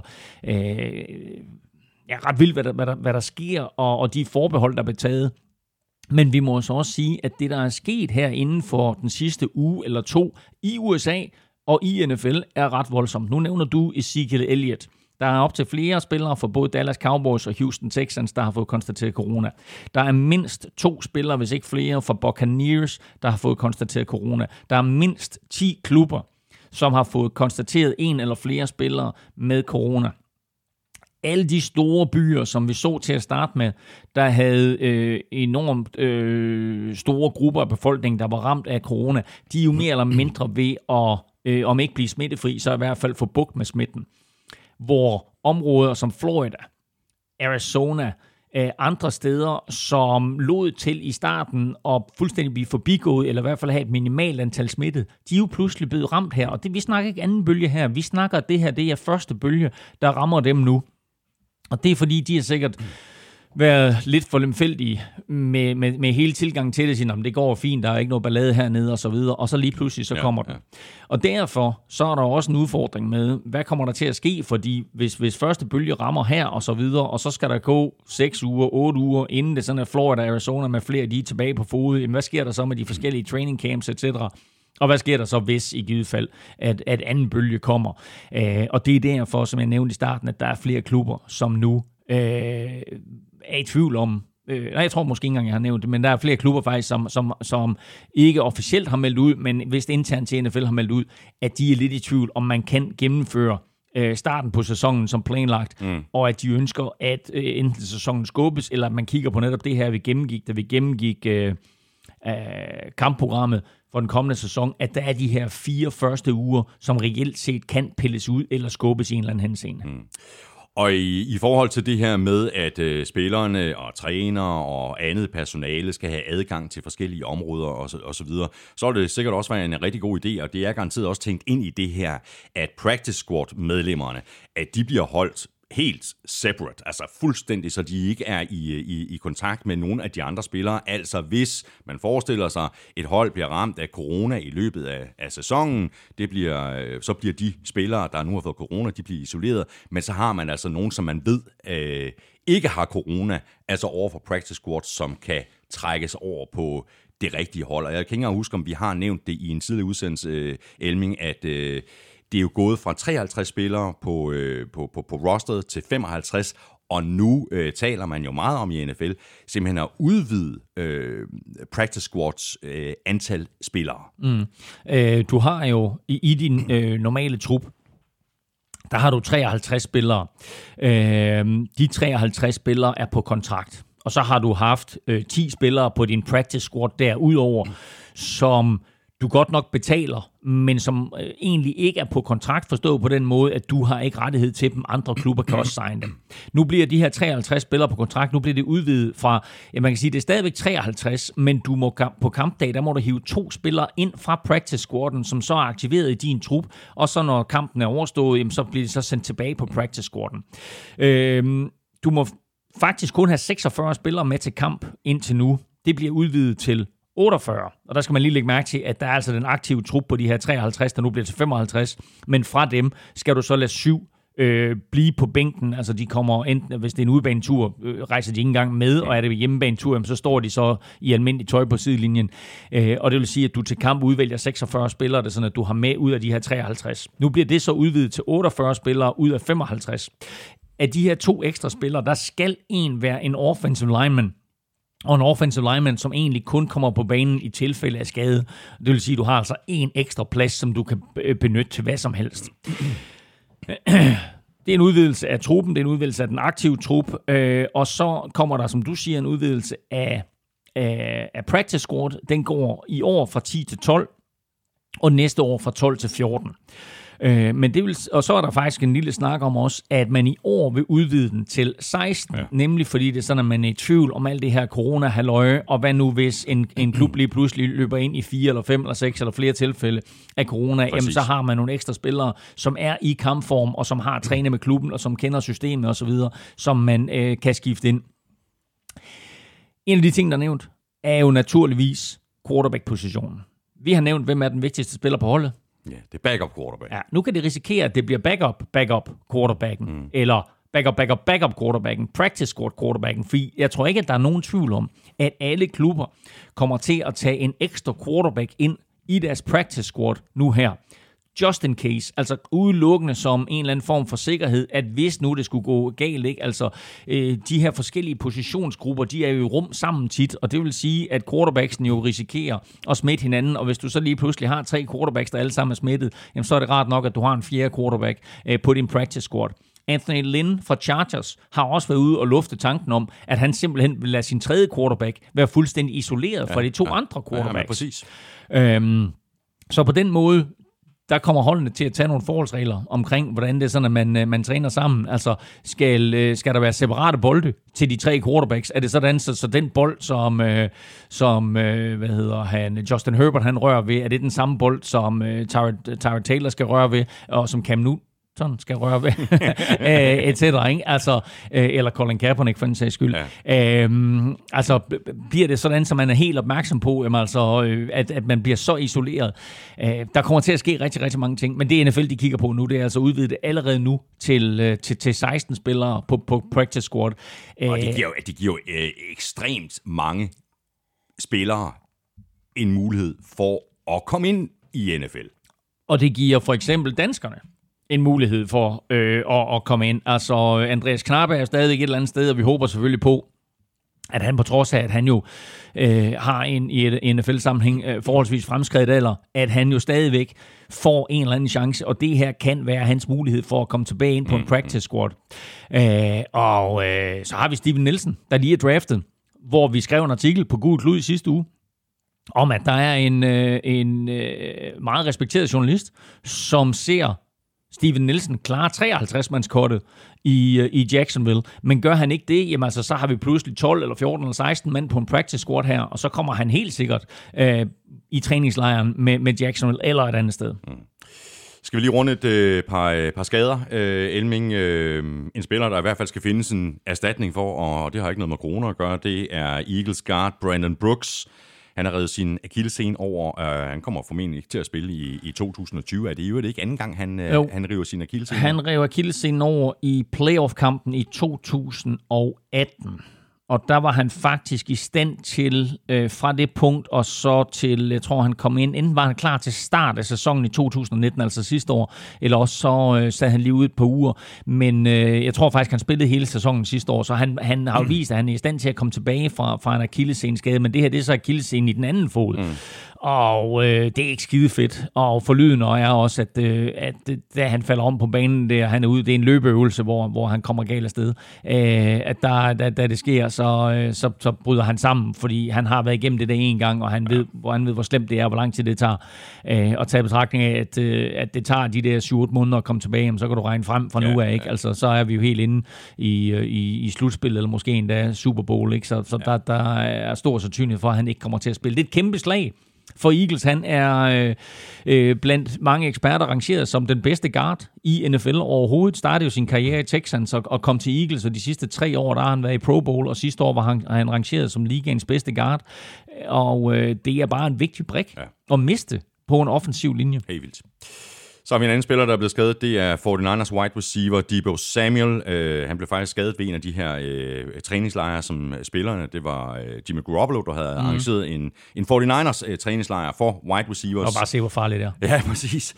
ret vildt, hvad der sker, og de forbehold, der bliver taget. Men vi må så også sige, at det, der er sket her inden for den sidste uge eller to i USA og i NFL, er ret voldsomt. Nu nævner du Ezekiel Elliott. Der er op til flere spillere fra både Dallas Cowboys og Houston Texans, der har fået konstateret corona. Der er mindst 2 spillere, hvis ikke flere, fra Buccaneers, der har fået konstateret corona. Der er mindst 10 klubber, som har fået konstateret 1 eller flere spillere med corona. Alle de store byer, som vi så til at starte med, der havde enormt store grupper af befolkningen, der var ramt af corona, de er jo mere eller mindre ved at, om ikke blive smittefri, så i hvert fald få bugt med smitten. Hvor områder som Florida, Arizona, andre steder, som lod til i starten og fuldstændig blive forbigået, eller i hvert fald have et minimalt antal smittet, de er jo pludselig blevet ramt her. Og vi snakker ikke anden bølge her, vi snakker det her, det er første bølge, der rammer dem nu. Og det er fordi, de har sikkert været lidt for lemfældige med hele tilgangen til det, siger, det går fint, der er ikke noget ballade hernede og så videre, og så lige pludselig så kommer den. Og derfor så er der også en udfordring med, hvad kommer der til at ske, fordi hvis første bølge rammer her og så videre, og så skal der gå 6 uger, 8 uger, inden det sådan er Florida og Arizona med flere de er tilbage på fod, jamen, hvad sker der så med de forskellige training camps, etc., og hvad sker der så, hvis i givet fald, at anden bølge kommer? Og det er derfor, som jeg nævnte i starten, at der er flere klubber, som nu er i tvivl om. Jeg tror måske ikke engang, jeg har nævnt det, men der er flere klubber faktisk, som ikke officielt har meldt ud, men vist internt til NFL har meldt ud, at de er lidt i tvivl, om man kan gennemføre starten på sæsonen som planlagt, og at de ønsker, at enten sæsonen skubbes, eller at man kigger på netop det her, da vi gennemgik kampprogrammet for den kommende sæson, at der er de her 4 første uger, som reelt set kan pilles ud eller skubbes i en eller anden henseende. Og i forhold til det her med, at spillerne og trænere og andet personale skal have adgang til forskellige områder og så videre, så er det sikkert også været en rigtig god idé, og det er garanteret også tænkt ind i det her, at practice squad medlemmerne, at de bliver holdt helt separate, altså fuldstændig, så de ikke er i kontakt med nogle af de andre spillere. Altså hvis man forestiller sig, et hold bliver ramt af corona i løbet af sæsonen, så bliver de spillere, der nu har fået corona, de bliver isoleret, men så har man altså nogen, som man ved ikke har corona, altså over for practice squad, som kan trækkes over på det rigtige hold. Og jeg kan ikke engang huske, om vi har nævnt det i en tidligere udsendelse, Elming, at det er jo gået fra 53 spillere på rosteret til 55, og nu taler man jo meget om i NFL, simpelthen at udvide practice squads antal spillere. Du har jo i din normale trup, der har du 53 spillere. De 53 spillere er på kontrakt, og så har du haft 10 spillere på din practice squad derudover, som du godt nok betaler, men som egentlig ikke er på kontrakt, forstået på den måde, at du har ikke rettighed til dem. Andre klubber kan også signe dem. Nu bliver de her 53 spillere på kontrakt, nu bliver det udvidet fra, man kan sige, det er stadigvæk 53, men du må på kampdag, der må du hive 2 spillere ind fra practice squaden, som så er aktiveret i din trup, og så når kampen er overstået, jamen, så bliver det så sendt tilbage på practice squaden. Du må faktisk kun have 46 spillere med til kamp indtil nu. Det bliver udvidet til 48, og der skal man lige lægge mærke til, at der er altså den aktive trup på de her 53, der nu bliver til 55, men fra dem skal du så lade 7 blive på bænken, altså de kommer enten, hvis det er en udebanetur, rejser de ikke engang med, og er det hjemmebanetur, så står de så i almindelig tøj på sidelinjen, og det vil sige, at du til kamp udvælger 46 spillere, det er sådan, at du har med ud af de her 53. Nu bliver det så udvidet til 48 spillere ud af 55. Af de her 2 ekstra spillere, der skal en være en offensive lineman, og en offensive lineman, som egentlig kun kommer på banen i tilfælde af skade. Det vil sige, at du har altså en ekstra plads, som du kan benytte til hvad som helst. Det er en udvidelse af truppen, det er en udvidelse af den aktive trup, og så kommer der, som du siger, en udvidelse af practice squad. Den går i år fra 10 til 12, og næste år fra 12 til 14. Men det vil, og så er der faktisk en lille snak om også, at man i år vil udvide den til 16, nemlig fordi det er sådan, at man er i tvivl om alt det her corona-halløje, og hvad nu hvis en klub lige pludselig løber ind i 4 eller 5 eller 6 eller flere tilfælde af corona, jamen, så har man nogle ekstra spillere, som er i kampform, og som har trænet med klubben, og som kender systemet osv., som man kan skifte ind. En af de ting, der er nævnt, er jo naturligvis quarterback-positionen. Vi har nævnt, hvem er den vigtigste spiller på holdet. Ja, det er backup quarterback. Ja, nu kan det risikere, at det bliver backup quarterbacken, eller backup quarterbacken, practice squad quarterbacken, fordi jeg tror ikke, at der er nogen tvivl om, at alle klubber kommer til at tage en ekstra quarterback ind i deres practice squad nu her. Just in case, altså udelukkende som en eller anden form for sikkerhed, at hvis nu det skulle gå galt, ikke? Altså de her forskellige positionsgrupper, de er jo i rum sammen tit, og det vil sige, at quarterbacksen jo risikerer at smitte hinanden, og hvis du så lige pludselig har 3 quarterbacks, der alle sammen er smittet, jamen så er det rart nok, at du har en 4. quarterback på din practice squad. Anthony Lynn fra Chargers har også været ude og lufte tanken om, at han simpelthen vil lade sin 3. quarterback være fuldstændig isoleret fra de 2 andre quarterbacks. Ja, præcis. Så på den måde, der kommer holdene til at tage nogle forholdsregler omkring, hvordan det er sådan, at man træner sammen. Altså, skal der være separate bolde til de 3 quarterbacks? Er det sådan, så den bold, som Justin Herbert han rører ved, er det den samme bold, som Tyrod Taylor skal røre ved, og som Cam Newton skal røre ved, et cetera, ikke? Altså, eller Colin Kaepernick for den sags skyld. Ja. Altså, bliver det sådan, så man er helt opmærksom på, at man bliver så isoleret. Der kommer til at ske rigtig, rigtig mange ting, men det NFL, de kigger på nu, det er altså udvidet allerede nu til 16 spillere på practice squad. Og det giver jo ekstremt mange spillere en mulighed for at komme ind i NFL. Og det giver for eksempel danskerne en mulighed for at komme ind. Altså, Andreas Knappe er stadig et eller andet sted, og vi håber selvfølgelig på, at han på trods af, at han jo har i NFL-sammenhæng forholdsvis fremskredet alder, at han jo stadigvæk får en eller anden chance, og det her kan være hans mulighed for at komme tilbage ind på en practice squad. Så har vi Steven Nielsen, der lige er draftet, hvor vi skrev en artikel på Gul Klud i sidste uge, om at der er en meget respekteret journalist, som ser Steven Nielsen klarer 53-mandskortet i Jacksonville, men gør han ikke det, jamen altså, så har vi pludselig 12 eller 14 eller 16 mand på en practice squad her, og så kommer han helt sikkert i træningslejren med Jacksonville eller et andet sted. Skal vi lige runde et par skader? Elming, en spiller, der i hvert fald skal findes en erstatning for, og det har ikke noget med corona at gøre, det er Eagles guard Brandon Brooks. Han har reddet sin akillescene over. Han kommer formentlig ikke til at spille i 2020. Er det jo ikke anden gang, han river sin akillescene? Han river akillescenen over i playoff-kampen i 2018. Og der var han faktisk i stand til, fra det punkt og så til, jeg tror han kom ind, enten var han klar til start af sæsonen i 2019, altså sidste år, eller også så sad han lige ude et par uger. Men jeg tror faktisk, han spillede hele sæsonen sidste år, så han har jo vist, at han er i stand til at komme tilbage fra en akillesseneskade, men det her, det er så akillescenen i den anden fod. Og det er ikke skide fedt. Og forlydende er også, at da han falder om på banen, han er ude, det er en løbeøvelse, hvor han kommer galt afsted. At da det sker, så bryder han sammen, fordi han har været igennem det der en gang, og han ved, hvor slemt det er, og hvor lang tid det tager. Og tage betragtning af, at det tager de der 7-8 måneder at komme tilbage, så kan du regne frem fra nu af, ikke? Altså, så er vi jo helt inde i slutspillet, eller måske endda Super Bowl, ikke? Så der er stor sandsynlighed for, at han ikke kommer til at spille. Det er et kæmpe slag for Eagles. Han er blandt mange eksperter rangeret som den bedste guard i NFL overhovedet. Startede jo sin karriere i Texans og kom til Eagles, og de sidste 3 år, der har han været i Pro Bowl, og sidste år var han rangeret som ligaens bedste guard. Og det er bare en vigtig brik at miste på en offensiv linje. Helt vildt. Så har vi en anden spiller, der er blevet skadet. Det er 49ers wide receiver Deebo Samuel. Han blev faktisk skadet ved en af de her træningslejre, som spillerne. Det var Jimmy Garoppolo, der havde arrangeret en 49ers træningslejr for wide receivers. Og bare se, hvor farligt det er. Ja, præcis.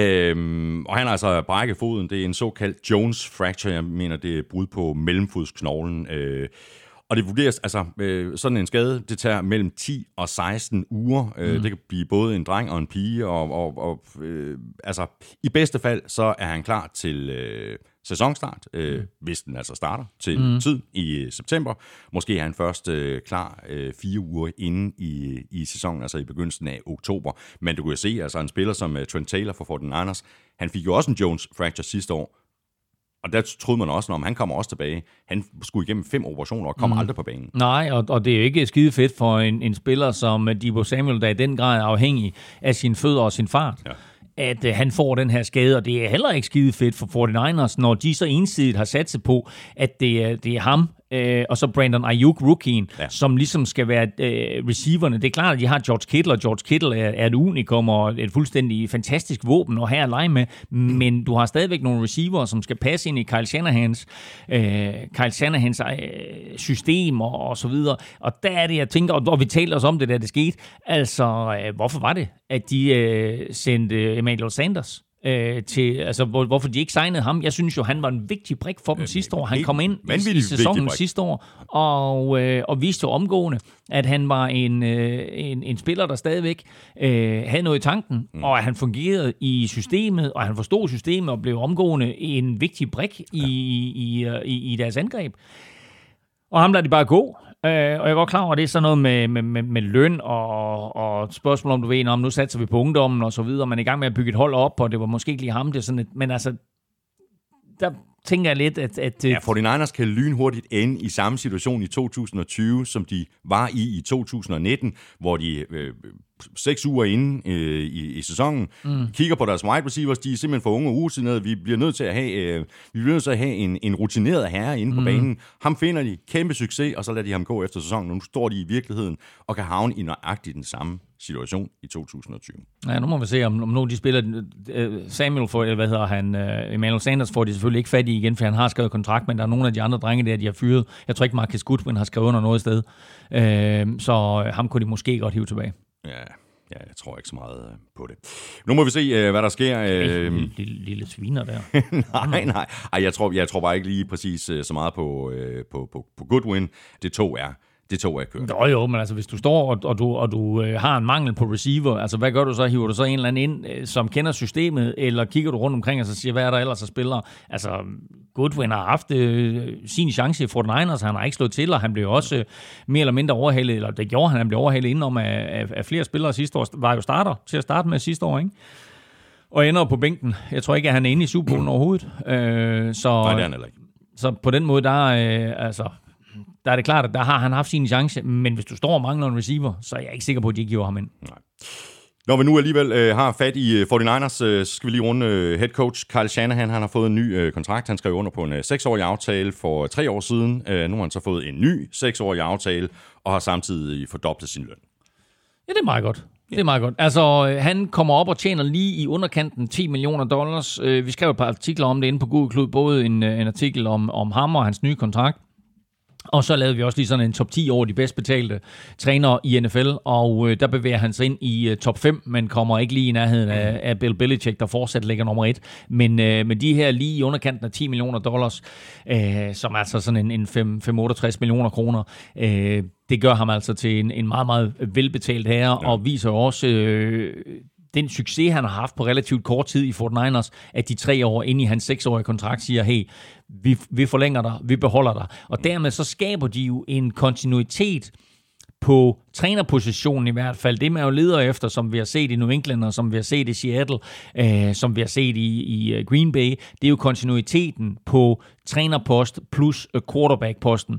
Og han har altså brækket foden. Det er en såkaldt Jones fracture. Jeg mener, det er brud på mellemfodsknoglen. Og det vurderes, altså sådan en skade, det tager mellem 10 og 16 uger. Det kan blive både en dreng og en pige, og altså i bedste fald, så er han klar til sæsonstart, hvis den altså starter til tid i september. Måske er han først klar 4 uger inden i sæsonen, altså i begyndelsen af oktober. Men du kan jo se, altså en spiller som Trent Taylor for 49ers, han fik jo også en Jones fracture sidste år. Og der troede man også, når han kommer også tilbage. Han skulle igennem 5 operationer og kommer aldrig på banen. Nej, og det er jo ikke skide fedt for en spiller som Deebo Samuel, der i den grad er afhængig af sine fødder og sin fart. Ja. At han får den her skade, og det er heller ikke skide fedt for 49ers, når de så ensidigt har sat sig på, at det er ham, og så Brandon Ayuk, rookien, som ligesom skal være receiverne. Det er klart, at de har George Kittle, og George Kittle er et unikum og et fuldstændig fantastisk våben at have at lege med, men du har stadigvæk nogle receiver, som skal passe ind i Kyle Shanahans system og så videre. Og der er det, jeg tænker, og vi talte os om det, da det skete. Altså, hvorfor var det, at de sendte Emmanuel Sanders til, altså hvorfor de ikke signede ham? Jeg synes jo, han var en vigtig brik for dem sidste år. Han kom ind i sæsonen sidste år og viste jo omgående, at han var en spiller, der stadigvæk havde noget i tanken, og at han fungerede i systemet, og han forstod systemet og blev omgående en vigtig brik i deres angreb. Og ham lader de bare gå. Og jeg er godt klar over, at det er sådan noget med løn og spørgsmål, om du ved, om nu satser vi på ungdommen og så videre. Man er i gang med at bygge et hold op, og det var måske ikke lige ham. Det er sådan et, men altså, der tænker jeg lidt, at ja, 49ers kan lynhurtigt ende i samme situation i 2020, som de var i 2019, hvor de 6 uger inde i sæsonen kigger på deres wide receivers. De er simpelthen for unge og urutineret. Vi bliver nødt til at have en rutineret herre inde på banen. Ham finder de, kæmpe succes, og så lader de ham gå efter sæsonen. Nu står de i virkeligheden og kan havne i nøjagtigt den samme situation i 2020. Ja, nu må vi se, om nu de spiller Samuel for, eller hvad hedder han, Emmanuel Sanders får de selvfølgelig ikke fat i igen, for han har skrevet kontrakt, men der er nogle af de andre drenge der, de har fyret. Jeg tror ikke, Marcus Goodwin har skrevet under noget sted. Så ham kunne de måske godt hive tilbage. Ja, jeg tror ikke så meget på det. Nu må vi se, hvad der sker. Lille sviner der. nej. Jeg tror bare ikke lige præcis så meget på Goodwin. Det tog er kørt. Jo, men altså hvis du står og du har en mangel på receiver, altså hvad gør du så? Hiver du så en eller anden ind, som kender systemet, eller kigger du rundt omkring og så siger, hvad er der ellers af spillere? Altså Goodwin har haft sin chance i 49ers, han har ikke slået til, og han blev også mere eller mindre overhalet, eller det gjorde han blev overhalet indenom af flere spillere sidste år. Var jo starter til at starte med sidste år, ikke? Og ender på bænken. Jeg tror ikke, at han er inde i Super Bowlen overhovedet. Nej, det er han heller ikke. Så på den måde, der er det klart, at der har han haft sin chance, men hvis du står og mangler en receiver, så er jeg ikke sikker på, at de ikke giver ham ind. Nej. Når vi nu alligevel har fat i 49ers, så skal vi lige runde head coach Kyle Shanahan. Han har fået en ny kontrakt. Han skrev under på en 6-årig aftale for 3 år siden. Nu har han så fået en ny 6-årig aftale, og har samtidig fordoblet sin løn. Ja, det er meget godt. Det er meget godt. Altså, han kommer op og tjener lige i underkanten $10 million. Vi skrev et par artikler om det inde på Google Klud, både en artikel om ham og hans nye kontrakt, Og så lavede vi også lige sådan en top 10 over de bedst betalte trænere i NFL, og der bevæger han sig ind i top 5, men kommer ikke lige i nærheden af Bill Belichick, der fortsat ligger nummer 1. Men de her lige i underkanten af $10 million, som er altså sådan en 5-68 millioner kroner, det gør ham altså til en meget, meget velbetalt herre, og viser også den succes, han har haft på relativt kort tid i 49ers, at de 3 år inde i hans 6-årige kontrakt siger, hey, vi forlænger dig, vi beholder dig. Og dermed så skaber de jo en kontinuitet på trænerpositionen i hvert fald. Det man jo leder efter, som vi har set i New England, og som vi har set i Seattle, som vi har set i Green Bay, det er jo kontinuiteten på trænerpost plus quarterback-posten.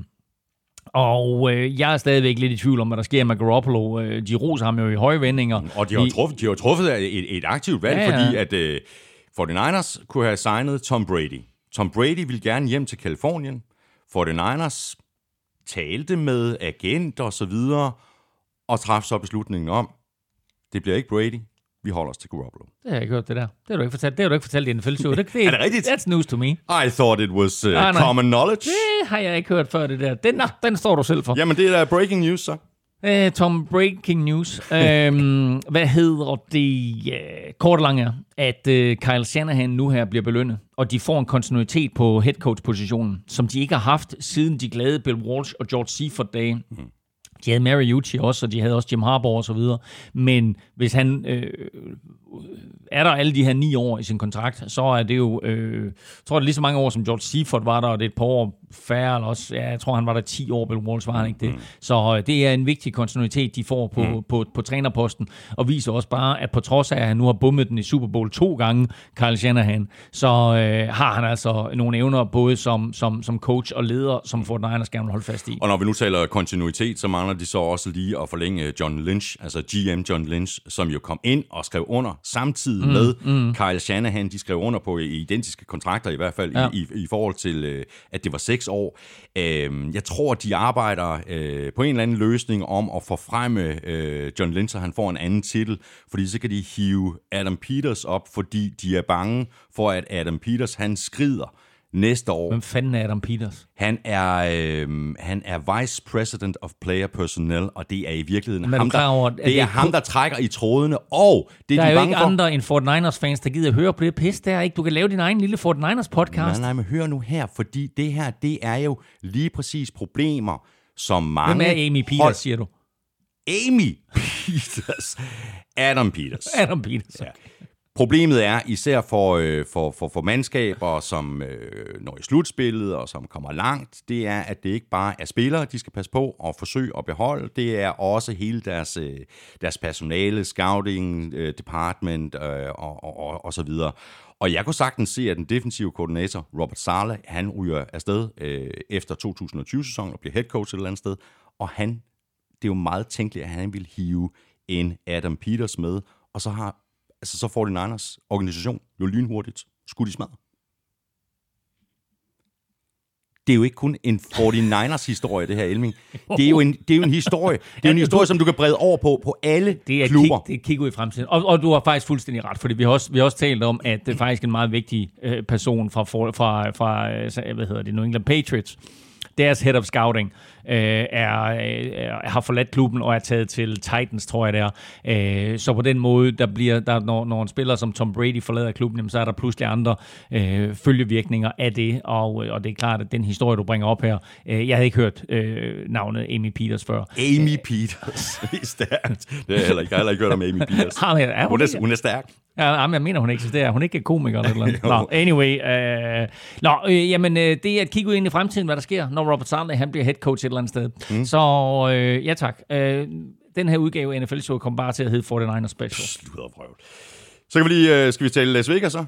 Og jeg er stadigvæk lidt i tvivl om, hvad der sker med Garoppolo. De roser ham jo i høje vendinger. Og de har truffet et aktivt valg, fordi at 49ers kunne have signet Tom Brady. Tom Brady ville gerne hjem til Kalifornien. 49ers talte med agent og så videre, og træffede så beslutningen om, det bliver ikke Brady, vi holder os til Garoppolo. Det har jeg ikke hørt, det der. Det har du ikke fortalt. Det har du ikke fortalt i NFL-show. Er det rigtigt? That's news to me. I thought it was common knowledge. Det har jeg ikke hørt før, det der. Den står du selv for. Jamen, det er da breaking news, så. Tom, breaking news. Hvad hedder det? Kort og lang er, at Kyle Shanahan nu her bliver belønnet, og de får en kontinuitet på headcoach-positionen, som de ikke har haft, siden de glade Bill Walsh og George Seifert-dage. De havde Mariucci også, og de havde også Jim Harbaugh og så videre. Men hvis han er der alle de her 9 år i sin kontrakt, så er det jo, jeg tror det er lige så mange år, som George Seifert var der, og det er et par år færre, eller også, ja, jeg tror han var der 10 år, Bill Walsh var han ikke det. Så det er en vigtig kontinuitet, de får på trænerposten, og viser også bare, at på trods af, at han nu har bummet den i Super Bowl 2 gange, Kyle Shanahan, så har han altså nogle evner, både som coach og leder, som 49ers gerne vil holde fast i. Og når vi nu taler kontinuitet, så mangler de så også lige at forlænge John Lynch, altså GM John Lynch, som jo kom ind og skrev under samtidig med Kyle Shanahan. De skrev under på identiske kontrakter, i hvert fald i forhold til, at det var 6 år. Jeg tror, de arbejder på en eller anden løsning om at forfremme John Lynch, så han får en anden titel, fordi så kan de hive Adam Peters op, fordi de er bange for, at Adam Peters, han skrider næste år. Hvem fanden er Adam Peters? Han er Vice President of Player Personnel, og det er i virkeligheden ham, der trækker i trådene, og det der er jo bange ikke for. Andre end 49ers-fans, der gider høre på det pis der, ikke? Du kan lave din egen lille 49ers-podcast. Nej, men hør nu her, fordi det her, det er jo lige præcis problemer, som mange... Hvem er Amy Peters, siger du? Amy Peters. Adam Peters. Adam Peters. Ja. Problemet er især for mandskaber, som når i slutspillet og som kommer langt, det er, at det ikke bare er spillere, de skal passe på og forsøge at beholde. Det er også hele deres personale, scouting, department og så videre. Og jeg kunne sagtens se, at den defensive koordinator, Robert Saleh, han ryger afsted efter 2020-sæsonen og bliver head coach et eller andet sted. Og det er jo meget tænkeligt, at han vil hive en Adam Peters med, og så får de Niners organisation jo lynhurtigt skudt i smadret. Det er jo ikke kun en 49ers historie, det her, Elming. Det er jo en historie. Det er en historie, som du kan brede over på alle klubber. Det er kig ud i fremtiden. Og du har faktisk fuldstændig ret, fordi vi har også talt om, at det er faktisk en meget vigtig person fra New England Patriots. Deres head of scouting har forladt klubben og er taget til Titans, tror jeg det er. Så på den måde, når en spiller som Tom Brady forlader klubben, så er der pludselig andre følgevirkninger af det. Og det er klart, at den historie, du bringer op her, jeg havde ikke hørt navnet Amy Peters før. Amy Peters. Stærkt. Det har jeg heller ikke hørt om Amy Peters. Hun er stærk. Ja, jeg mener, hun eksisterer. Hun er ikke komiker eller noget. Nå, anyway. Jamen, det er at kigge ud ind i fremtiden, hvad der sker, når Robert Saleh, han bliver head coach et eller andet sted. Så ja tak. Den her udgave af NFL-show kommer bare til at hedde 49ers Special. Sluderprøv. Så kan vi lige, skal vi tale Las Vegas så?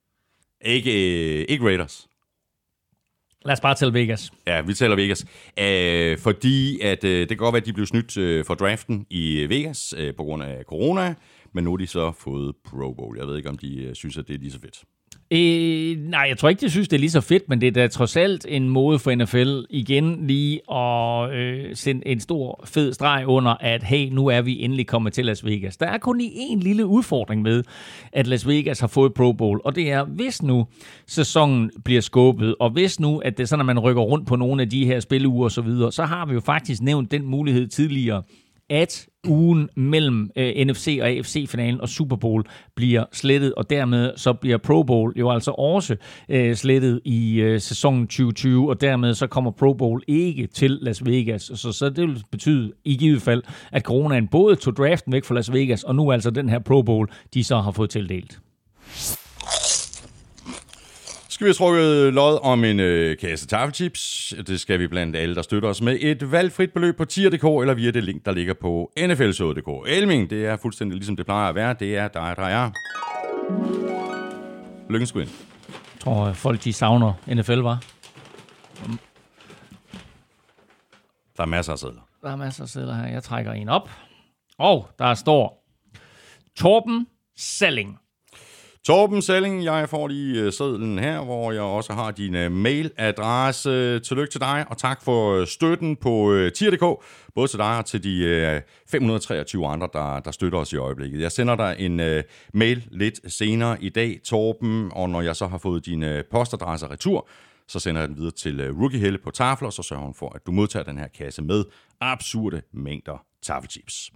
Ikke Raiders. Lad os bare tælle Vegas. Ja, vi tæller Vegas. Fordi at, det kan godt være, at de blev snydt for draften i Vegas på grund af corona, men nu har de så fået Pro Bowl. Jeg ved ikke, om de synes, at det er lige så fedt. Nej, jeg tror ikke, de synes, det er lige så fedt, men det er da trods alt en måde for NFL igen lige at sende en stor fed streg under, at hey, nu er vi endelig kommet til Las Vegas. Der er kun lige en lille udfordring med, at Las Vegas har fået Pro Bowl, og det er, hvis nu sæsonen bliver skubbet, og hvis nu, at det er sådan, at man rykker rundt på nogle af de her spilleuger og så videre, så har vi jo faktisk nævnt den mulighed tidligere, at ugen mellem NFC og AFC-finalen og Super Bowl bliver slettet, og dermed så bliver Pro Bowl jo altså også slettet i sæsonen 2020, og dermed så kommer Pro Bowl ikke til Las Vegas. Så det vil betyde i givet fald, at coronaen både tog draften væk fra Las Vegas, og nu altså den her Pro Bowl, de så har fået tildelt. Skal vi have trukket lod om en kasse taffelchips. Det skal vi blandt alle, der støtter os med et valgfrit beløb på tier.dk eller via det link, der ligger på nflshowet.dk. Elming, det er fuldstændig ligesom det plejer at være. Det er dig, der er. Lykken sgu ind. Jeg tror, folk de savner NFL, var. Der er masser af sedler. Der er masser af sedler her. Jeg trækker en op. Og der står Torben Salling. Torben Salling, jeg får lige sedlen her, hvor jeg også har din mailadresse. Tillykke til dig, og tak for støtten på tier.dk, både til dig og til de 523 andre, der støtter os i øjeblikket. Jeg sender dig en mail lidt senere i dag, Torben, og når jeg så har fået din postadresse retur, så sender jeg den videre til Rookie Helle på Tafel, og så sørger hun for, at du modtager den her kasse med absurde mængder taffelchips.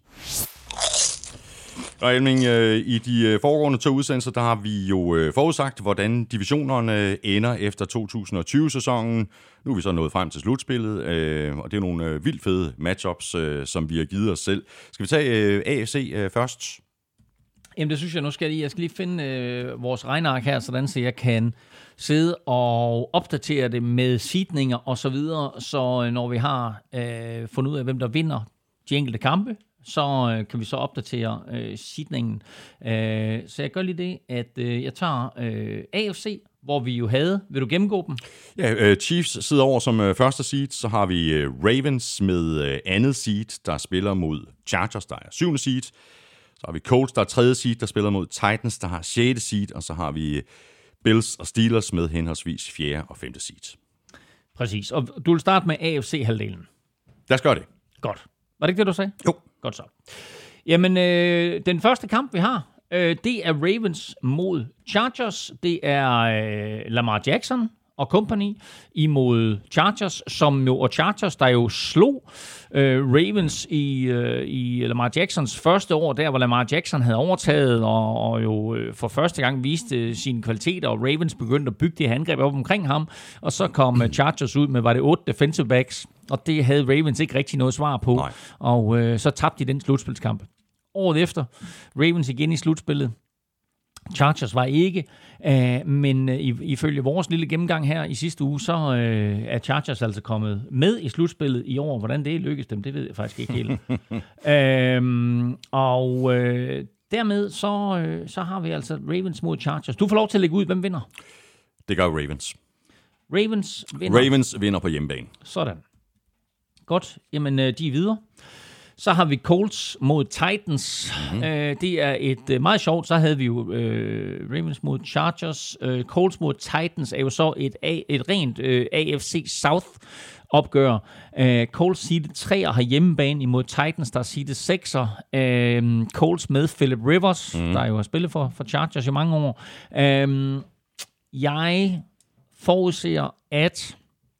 Og Elming, i de foregående 2 udsendelser, der har vi jo forudsagt, hvordan divisionerne ender efter 2020-sæsonen. Nu er vi så nået frem til slutspillet, og det er nogle vildt fede matchups, som vi har givet os selv. Skal vi tage AFC først? Jamen det synes jeg, nu skal jeg skal lige finde vores regneark her, sådan så jeg kan sidde og opdatere det med seedninger og så videre, så når vi har fundet ud af, hvem der vinder de enkelte kampe, så kan vi så opdatere seedningen. Så jeg gør lige det, at jeg tager AFC, hvor vi jo havde. Vil du gennemgå dem? Ja, Chiefs sidder over som første seed. Så har vi Ravens med andet seed, der spiller mod Chargers, der er 7. seed. Så har vi Colts, der er 3. seed, der spiller mod Titans, der har 6. seed. Og så har vi Bills og Steelers med henholdsvis 4. og 5. seed. Præcis. Og du vil starte med AFC-halvdelen. Lad os gøre det. Godt. Var det ikke det, du sagde? Jo. Godt så. Jamen, den første kamp, vi har, det er Ravens mod Chargers. Det er Lamar Jackson og company imod Chargers, og Chargers, der jo slog Ravens i Lamar Jacksons første år, der hvor Lamar Jackson havde overtaget og jo for første gang viste sine kvaliteter, og Ravens begyndte at bygge det her angreb op omkring ham, og så kom Chargers ud med, var det 8 defensive backs, og det havde Ravens ikke rigtig noget svar på. Nej. Og så tabte de den slutspilskamp. Året efter, Ravens igen i slutspillet. Chargers var ikke, men ifølge vores lille gennemgang her i sidste uge, så er Chargers altså kommet med i slutspillet i år. Hvordan det lykkes dem, det ved jeg faktisk ikke helt. Dermed så har vi altså Ravens mod Chargers. Du får lov til at lægge ud, hvem vinder? Det gør Ravens. Ravens vinder på hjemmebane. Sådan. Godt. Jamen, de er videre. Så har vi Colts mod Titans. Mm-hmm. Det er et meget sjovt. Så havde vi jo Ravens mod Chargers. Colts mod Titans er jo så et rent AFC South opgør. Colts seedet 3 og har hjemmebane imod Titans, der er seedet 6'er. Colts med Philip Rivers, der jo har spillet for Chargers i mange år. Jeg forudser, at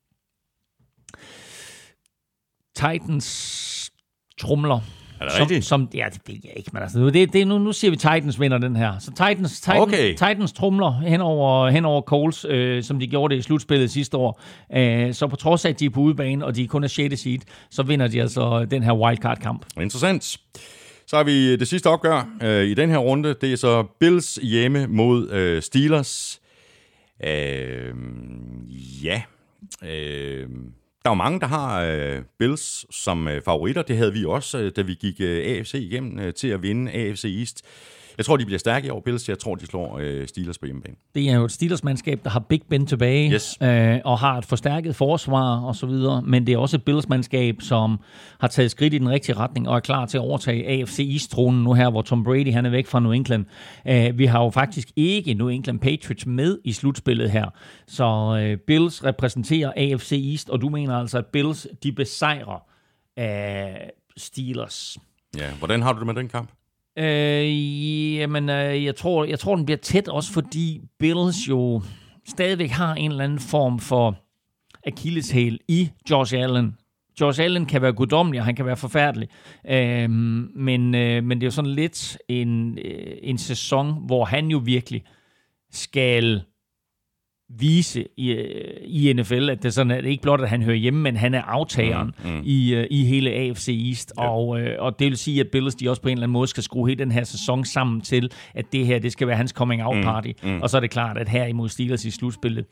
Titans trumler. Er det rigtigt? Ja, det ved jeg ikke, men altså, nu siger vi Titans vinder den her. Så Titans trumler hen over Colts, som de gjorde det i slutspillet sidste år. Så på trods af, at de er på udebane, og de kun er 6. seed, så vinder de altså den her wildcard-kamp. Interessant. Så har vi det sidste opgør i den her runde. Det er så Bills hjemme mod Steelers. Der er jo mange, der har Bills som favoritter. Det havde vi også, da vi gik AFC igennem til at vinde AFC East. Jeg tror, de bliver stærke i år, Bills. Jeg tror, de slår Steelers på hjemmebane. Det er jo et Steelers-mandskab, der har Big Ben tilbage, yes. Og har et forstærket forsvar og så videre. Men det er også et Bills-mandskab, som har taget skridt i den rigtige retning og er klar til at overtage AFC East-tronen nu her, hvor Tom Brady han er væk fra New England. Vi har jo faktisk ikke New England Patriots med i slutspillet her. Så Bills repræsenterer AFC East, og du mener altså, at Bills de besejrer Steelers. Ja, hvordan har du det med den kamp? Jeg tror, den bliver tæt, også fordi Bills jo stadigvæk har en eller anden form for akilleshæl i Josh Allen. Josh Allen kan være guddommelig, og han kan være forfærdelig. Men det er jo sådan lidt en sæson, hvor han jo virkelig skal vise i NFL, at det er sådan, at det ikke blot, at han hører hjemme, men han er aftageren i hele AFC East. Ja. Og det vil sige, at Bills de også på en eller anden måde skal skrue hele den her sæson sammen til, at det her, det skal være hans coming out party. Og så er det klart, at her imod Steelers i slutspillet,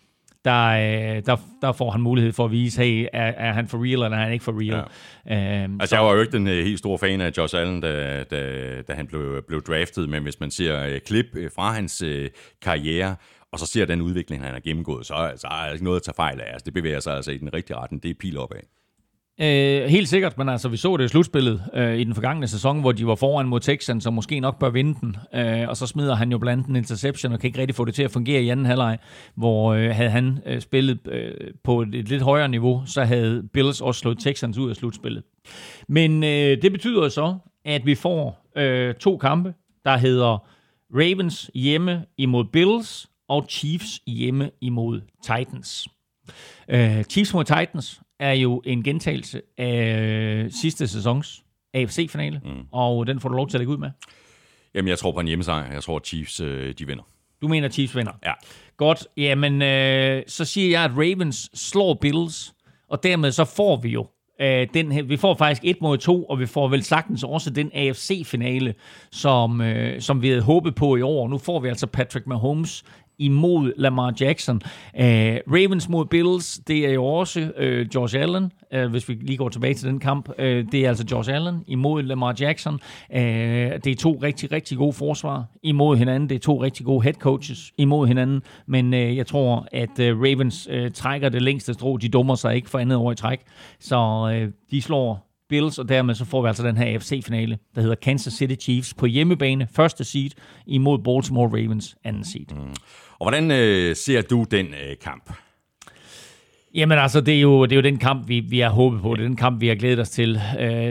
der får han mulighed for at vise, hey, er han for real, eller er han ikke for real? Ja. Jeg var jo ikke den helt store fan af Josh Allen, da han blev draftet, men hvis man ser klip fra hans karriere, og så ser den udvikling, han har gennemgået, så er der ikke noget at tage fejl af. Altså, det bevæger sig altså i den rigtige retning. Det er pil opad. Helt sikkert, men altså, vi så det i slutspillet i den forgangne sæson, hvor de var foran mod Texans, som måske nok bør vinde den. Og så smider han jo blandt en interception, og kan ikke rigtig få det til at fungere i anden halvleg, hvor havde han spillet på et lidt højere niveau, så havde Bills også slået Texans ud af slutspillet. Men det betyder så, at vi får 2 kampe, der hedder Ravens hjemme imod Bills, og Chiefs hjemme imod Titans. Chiefs mod Titans er jo en gentagelse af sidste sæsons AFC-finale, og den får du lov til at lægge ud med. Jamen, jeg tror på en hjemmesejr. Jeg tror, at Chiefs de vinder. Du mener, Chiefs vinder? Ja. Godt. Jamen, så siger jeg, at Ravens slår Bills, og dermed så får vi jo vi får faktisk 1-2, og vi får vel sagtens også den AFC-finale, som vi havde håbet på i år. Nu får vi altså Patrick Mahomes imod Lamar Jackson. Ravens mod Bills, det er jo også Josh Allen, hvis vi lige går tilbage til den kamp. Det er altså Josh Allen imod Lamar Jackson. Det er 2 rigtig, rigtig gode forsvar imod hinanden. Det er 2 rigtig gode head coaches imod hinanden. Men jeg tror, at Ravens trækker det længste strå. De dummer sig ikke for andet år i træk. Så de slår Bills, og dermed så får vi altså den her AFC-finale, der hedder Kansas City Chiefs på hjemmebane, første seed, imod Baltimore Ravens, anden seed. Og hvordan ser du den kamp? Jamen altså, det er jo den kamp, vi har håbet på. Det er den kamp, vi har glædet os til.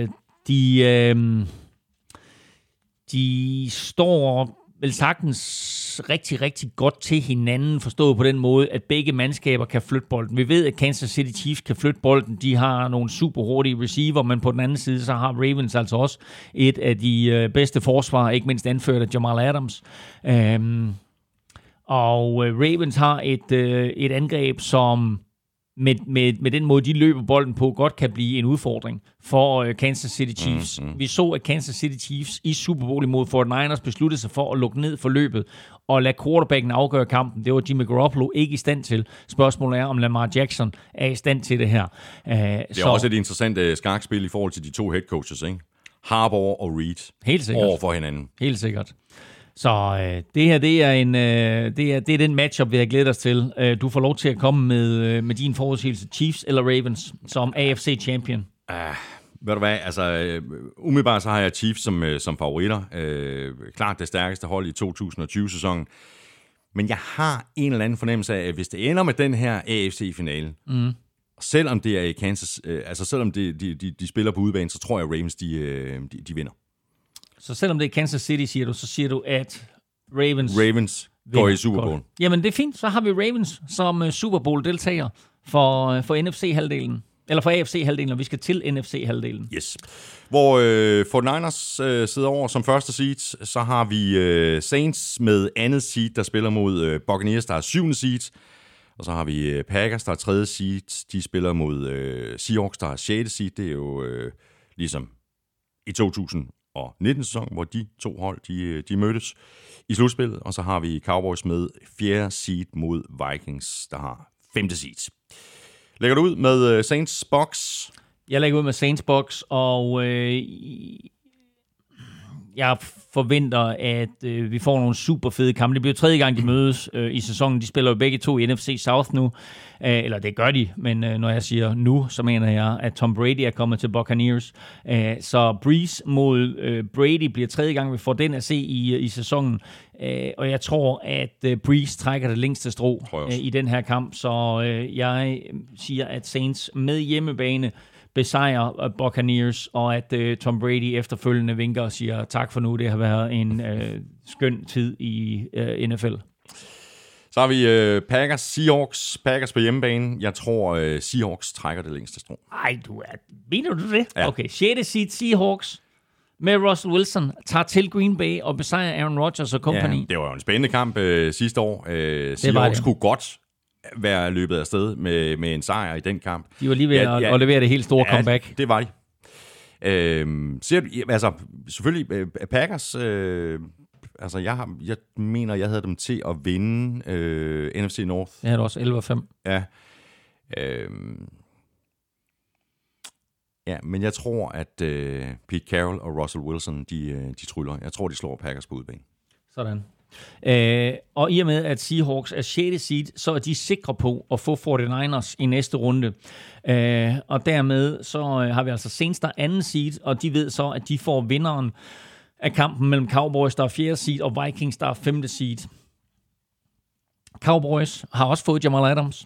De står vel sagtens rigtig, rigtig godt til hinanden, forstået på den måde, at begge mandskaber kan flytte bolden. Vi ved, at Kansas City Chiefs kan flytte bolden. De har nogle super hurtige receiver, men på den anden side, så har Ravens altså også et af de bedste forsvar, ikke mindst anført af Jamal Adams. Og Ravens har et angreb, som med den måde, de løber bolden på, godt kan blive en udfordring for Kansas City Chiefs. Vi så, at Kansas City Chiefs i Super Bowl imod 49ers besluttede sig for at lukke ned for løbet og lade quarterbacken afgøre kampen. Det var Jimmy Garoppolo ikke i stand til. Spørgsmålet er, om Lamar Jackson er i stand til det her. Det er også et interessant skakspil i forhold til de 2 head coaches, ikke? Harbaugh og Reed. Helt sikkert. Over for hinanden. Helt sikkert. Så det her, det er den matchup, vi har glædet os til. Du får lov til at komme med din forudsigelse, Chiefs eller Ravens, som AFC champion. Ved du hvad, altså umiddelbart så har jeg Chiefs som favoritter. Klart det stærkeste hold i 2020-sæsonen. Men jeg har en eller anden fornemmelse af, at hvis det ender med den her AFC-finale, selvom det er i Kansas, altså selvom de spiller på udebane, så tror jeg, at Ravens de vinder. Så selvom det er Kansas City, så siger du, at Ravens går i Super Bowl. Jamen, det er fint. Så har vi Ravens som Super Bowl-deltager for NFC-halvdelen. Eller for AFC-halvdelen, og vi skal til NFC-halvdelen. Yes. Hvor 49ers sidder over som første seed, så har vi Saints med andet seed, der spiller mod Buccaneers, der er 7. seed. Og så har vi Packers, der er 3. seed. De spiller mod Seahawks, der er 6. seed. Det er jo ligesom i 2019-sæsonen, hvor de 2 hold de mødtes i slutspillet. Og så har vi Cowboys med 4. seed mod Vikings, der har 5. seed. Lægger du ud med Saints Box? Jeg lægger ud med Saints Box, og Jeg forventer, at vi får nogle super fede kampe. Det bliver tredje gang, de mødes i sæsonen. De spiller jo begge to i NFC South nu. Eller det gør de, men når jeg siger nu, så mener jeg, at Tom Brady er kommet til Buccaneers. Så Breeze mod Brady bliver tredje gang, vi får den at se i sæsonen. Og jeg tror, at Breeze trækker det længste strå i den her kamp. Så jeg siger, at Saints med hjemmebane besejrer Buccaneers, og at Tom Brady efterfølgende vinker og siger tak for nu. Det har været en skøn tid i NFL. Så har vi Packers, Seahawks. Packers på hjemmebane. Jeg tror, Seahawks trækker det længste strå. Ej, mener du det? Ja. Okay, 6. seed Seahawks med Russell Wilson tager til Green Bay og besejrer Aaron Rodgers og company. Ja, det var jo en spændende kamp sidste år. Seahawks kunne godt være løbet afsted med en sejr i den kamp. De var lige ved at levere det helt store comeback. Det var de. Selvfølgelig Packers. Jeg mener, jeg havde dem til at vinde NFC North. Jeg havde også 11-5. Ja. Ja, men jeg tror, at Pete Carroll og Russell Wilson, de tryller. Jeg tror, de slår Packers på udebane. Sådan. Og i og med, at Seahawks er 6. seed, så er de sikre på at få 49ers i næste runde. Og dermed så har vi altså Saints, der er 2. seed, og de ved så, at de får vinderen af kampen mellem Cowboys, der er 4. seed, og Vikings, der er 5. seed. Cowboys har også fået Jamal Adams.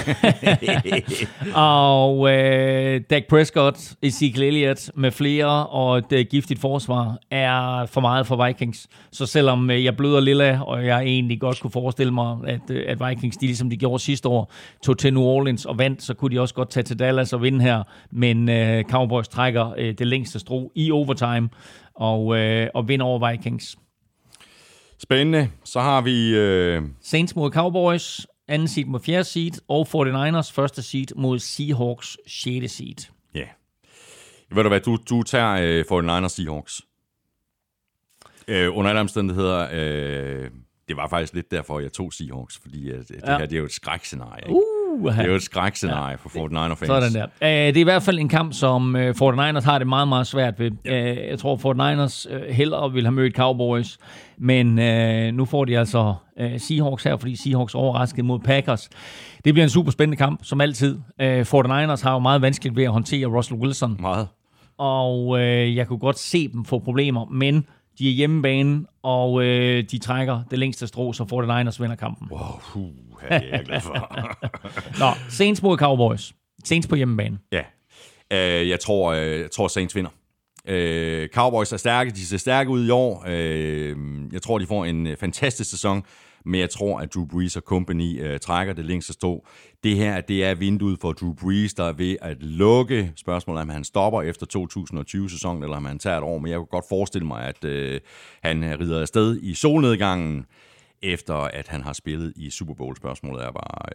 Og Dak Prescott, Ezekiel Elliott med flere, og et giftigt forsvar er for meget for Vikings. Så selvom jeg bløder lilla, og jeg egentlig godt kunne forestille mig, at Vikings, de ligesom de gjorde sidste år, tog til New Orleans og vandt, så kunne de også godt tage til Dallas og vinde her. Men Cowboys trækker det længste strå i overtime og vinder over Vikings. Spændende. Så har vi Saints mod Cowboys, 2. seed mod 4. seed, og 49ers 1. seed mod Seahawks 6. seed. Ja. Ved du hvad, du tager 49ers Seahawks. Under alle omstændigheder, det var faktisk lidt derfor, jeg tog Seahawks, fordi det her, det er jo et skrækscenarie. Det er jo et skrækscenarie for 49er-fans. Sådan der. Det er i hvert fald en kamp, som 49ers har det meget, meget svært ved. Jeg tror, 49ers hellere vil have mødt Cowboys, men nu får de altså Seahawks her, fordi Seahawks overraskede mod Packers. Det bliver en super spændende kamp, som altid. 49ers har jo meget vanskeligt ved at håndtere Russell Wilson. Meget. Og jeg kunne godt se dem få problemer, men de er hjemmebane, og de trækker det længste strå, så 49ers vinder kampen. Wow, det er jeg glad for. Nå, Saints mod Cowboys. Saints på hjemmebane. Ja, jeg tror Saints vinder. Cowboys er stærke, de ser stærke ud i år. Jeg tror, de får en fantastisk sæson, men jeg tror, at Drew Brees og company trækker det længste strå. Det her, det er vinduet for Drew Brees, der er ved at lukke. Spørgsmålet er, om han stopper efter 2020-sæsonen, eller om han tager et år. Men jeg kunne godt forestille mig, at han rider afsted i solnedgangen, efter at han har spillet i Super Bowl. Spørgsmålet er bare,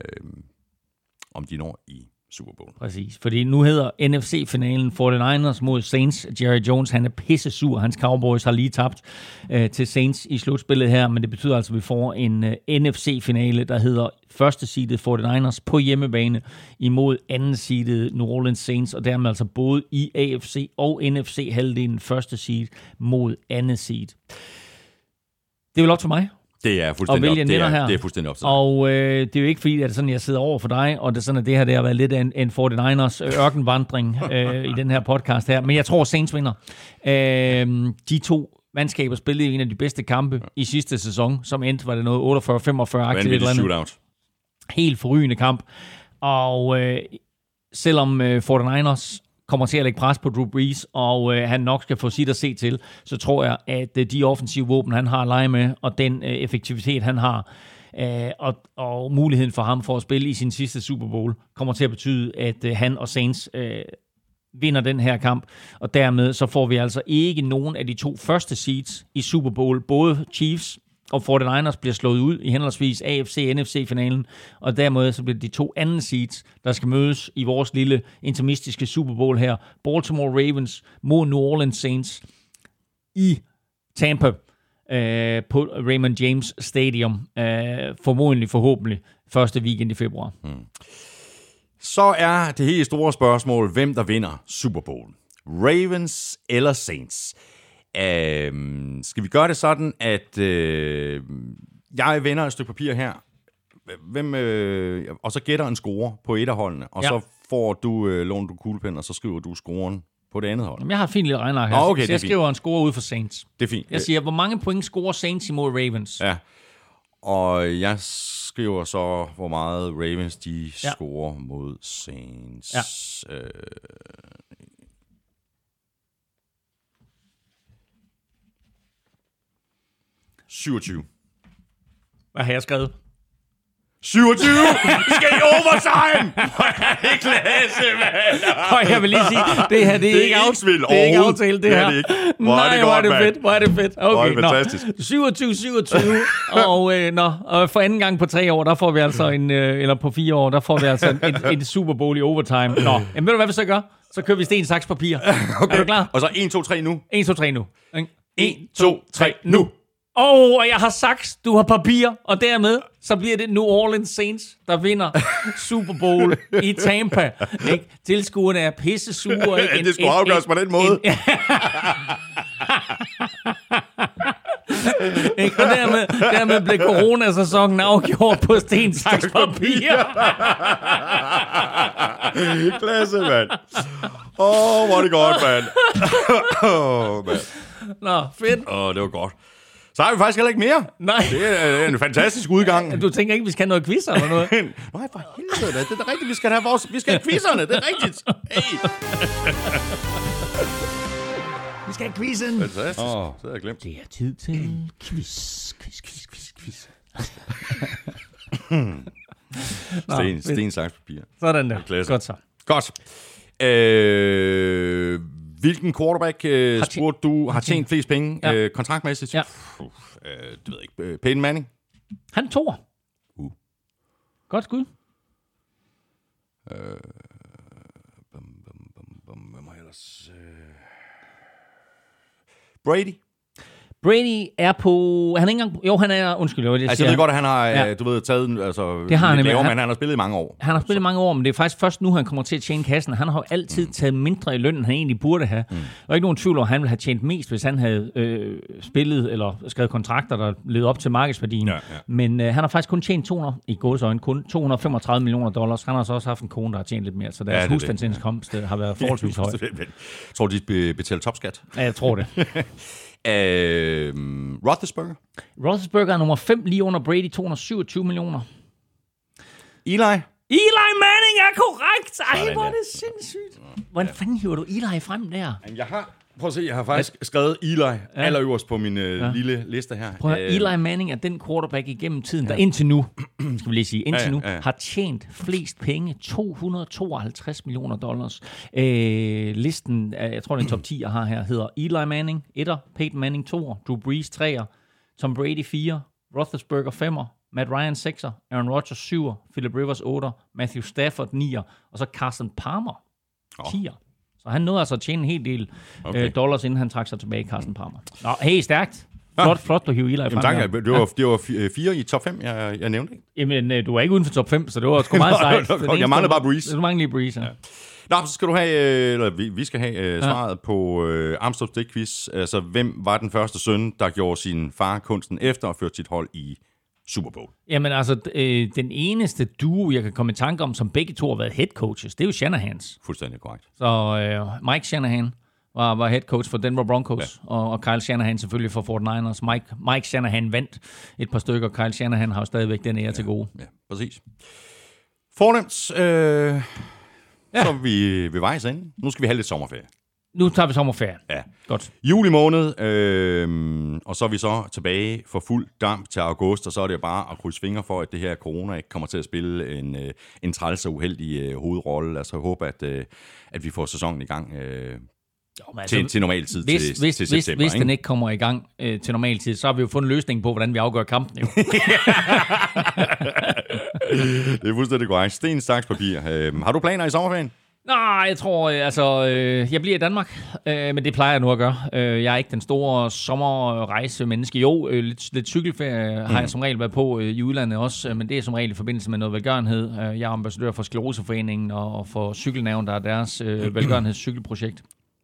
om de når i Super Bowl. Præcis, fordi nu hedder NFC-finalen 49ers mod Saints. Jerry Jones, han er pissesur. Hans Cowboys har lige tabt til Saints i slutspillet her, men det betyder altså, at vi får en NFC-finale, der hedder første seedet 49ers på hjemmebane imod anden seedet New Orleans Saints, og dermed altså både i AFC og NFC-halvdelen første seed mod anden seed. Det er vel op til mig. Det er fuldstændig op. Det er fuldstændig op til dig. Og det er jo ikke fordi, at sådan, jeg sidder over for dig, og det er sådan, at det her det har været lidt en 49ers ørkenvandring i den her podcast her. Men jeg tror, Saints vinder. De to mandskaber spillede en af de bedste kampe i sidste sæson, som endte, var det noget 48-45-agtigt eller andet. Helt forrygende kamp. Og selvom 49ers kommer til at lægge pres på Drew Brees, og han nok skal få sit at se til, så tror jeg, at de offensive våben, han har at lege med, og den effektivitet, han har, og muligheden for ham for at spille i sin sidste Super Bowl, kommer til at betyde, at han og Saints vinder den her kamp, og dermed så får vi altså ikke nogen af de to første seeds i Super Bowl. Både Chiefs og 49ers bliver slået ud i henholdsvis AFC og NFC-finalen, og dermed så bliver de to anden seeds, der skal mødes i vores lille intermistiske Super Bowl her. Baltimore Ravens mod New Orleans Saints i Tampa på Raymond James Stadium, forhåbentlig første weekend i februar. Så er det helt store spørgsmål, hvem der vinder Super Bowl. Ravens eller Saints? Skal vi gøre det sådan, at jeg vender et stykke papir her, og så gætter en score på et af holdene, og så får du låner du kuglepen, og så skriver du scoren på det andet hold. Jamen, jeg har et fint lille regneark her, så jeg skriver en score ud for Saints. Det er fint. Jeg siger, hvor mange point scorer Saints imod Ravens? Ja, og jeg skriver så, hvor meget Ravens de scorer mod Saints. Ja. 27. Hvad har jeg skrevet? 27! Vi skal i overtime! Hvor er det klasse, mand! Og jeg vil lige sige, det her, det er ikke aftalt. Det er ikke aftalt, det her. Det ikke. Hvor er det fedt. Hvor er det fedt. Okay, hvor er det fantastisk. 27. og for anden gang på 3 år, der får vi altså eller på 4 år, der får vi altså et Super Bowl i overtime. Nå, jamen ved du hvad vi så gør? Så kører vi sten, saks, papir. Okay. Er du klar? Og så 1, 2, 3 nu. 1, 2, 3 nu. 1, 2, 3 nu. Og jeg har saks, du har papir, og dermed så bliver det New Orleans Saints, der vinder Super Bowl i Tampa. Ikke? Tilskuerne er pisse sure. Ikke? Det skulle afgøres på den måde. Og dermed blev coronasæsonen afgjort på sten, saks, papir. Klasse, mand. Hvor er det godt, mand. mand. Nå, fedt. Det var godt. Så har vi faktisk heller ikke mere. Nej. Det er en fantastisk udgang. Du tænker ikke, vi skal have noget quiz eller noget? Nej, for helvede da. Det er da rigtigt, vi skal have quizzerne. Det er rigtigt. Hey. Vi skal have quizzen. Fantastisk. Så havde jeg glemt. Det er tid til quiz. Sten, saks, papir. Sådan der. Klasse. Godt så. Godt. Hvilken quarterback spurgte du har tjent flest penge kontraktmæssigt? Ja. Det ved jeg ikke. Peyton Manning? Han tog. Godt skud. Hvem har ellers? Brady? Brady er på... Han er ikke engang... Jo, han er... Undskyld, jeg ved godt, at han har, du ved, taget... Altså, det har han, men han har spillet i mange år. Han har spillet i mange år, men det er faktisk først nu, han kommer til at tjene kassen. Han har jo altid taget mindre i løn, end han egentlig burde have. Der er ikke nogen tvivl om, at han ville have tjent mest, hvis han havde spillet eller skrevet kontrakter, der levede op til markedsværdien. Ja. Men han har faktisk kun tjent kun $235 million. Han har så også haft en kone, der har tjent lidt mere, så deres husstandsindkomst har været forholdsvis høj. Jeg tror, de betaler topskat. Ja, jeg tror det. Roethlisberger er nummer 5, lige under Brady, 227 millioner. Eli Manning er korrekt! Ej, hvor er det sindssygt. Hvordan fanden hiver du Eli frem der? Jeg har faktisk skrevet Eli allerøverst på min lille liste her. Eli Manning er den quarterback igennem tiden, der indtil nu, skal vi lige sige, har tjent flest penge, $252 million. Listen, jeg tror det er en top 10, jeg har her, hedder Eli Manning 1'er, Peyton Manning 2'er, Drew Brees 3'er, Tom Brady 4'er, Roethlisberger 5'er, Matt Ryan 6'er, Aaron Rodgers 7'er, Philip Rivers 8'er, Matthew Stafford 9'er, og så Carson Palmer 10'er. Så han nåede altså at tjene en hel del dollars, inden han trak sig tilbage i Carson Palmer. Nå, hey, stærkt. Flot, du hiver Eli frem. Tak, det var 4 i top 5, jeg nævnte. Jamen, du er ikke uden for top 5, så det var sgu meget sejt. Jeg manglede bare Breeze. Du manglede lige Breeze, ja. Nå, så skal du have, eller vi skal have svaret på Armstrong Stick Quiz. Altså, hvem var den første søn, der gjorde sin far kunsten efter og førte sit hold i Super Bowl? Jamen altså, den eneste duo, jeg kan komme i tanke om, som begge to har været head coaches, det er jo Shanahans. Fuldstændig korrekt. Så Mike Shanahan var head coach for Denver Broncos, og Kyle Shanahan selvfølgelig for 49ers. Mike Shanahan vandt et par stykker, Kyle Shanahan har jo stadigvæk den ære til gode. Ja, præcis. Fornemt, så er vi ved vejs ende. Nu skal vi have lidt sommerferie. Nu tager vi sommerferie. Ja. Godt. Juli måned, og så er vi så tilbage for fuld damp til august, og så er det bare at krydse fingre for, at det her corona ikke kommer til at spille en træls og uheldig hovedrolle. Altså jeg håber, at vi får sæsonen i gang til normal tid til september. Hvis den ikke kommer i gang til normal tid, så har vi jo fundet en løsning på, hvordan vi afgør kampen. Jo. Det er fuldstændig korrekt. Sten, saks, papir. Har du planer i sommerferien? Nej, jeg tror, jeg bliver i Danmark, men det plejer jeg nu at gøre. Jeg er ikke den store sommerrejsemenneske. Jo, lidt cykelferie har jeg som regel været på i udlandet også, men det er som regel i forbindelse med noget velgørenhed. Jeg er ambassadør for Skleroseforeningen og for Cykelnævn, der er deres velgørenhedscykelprojekt.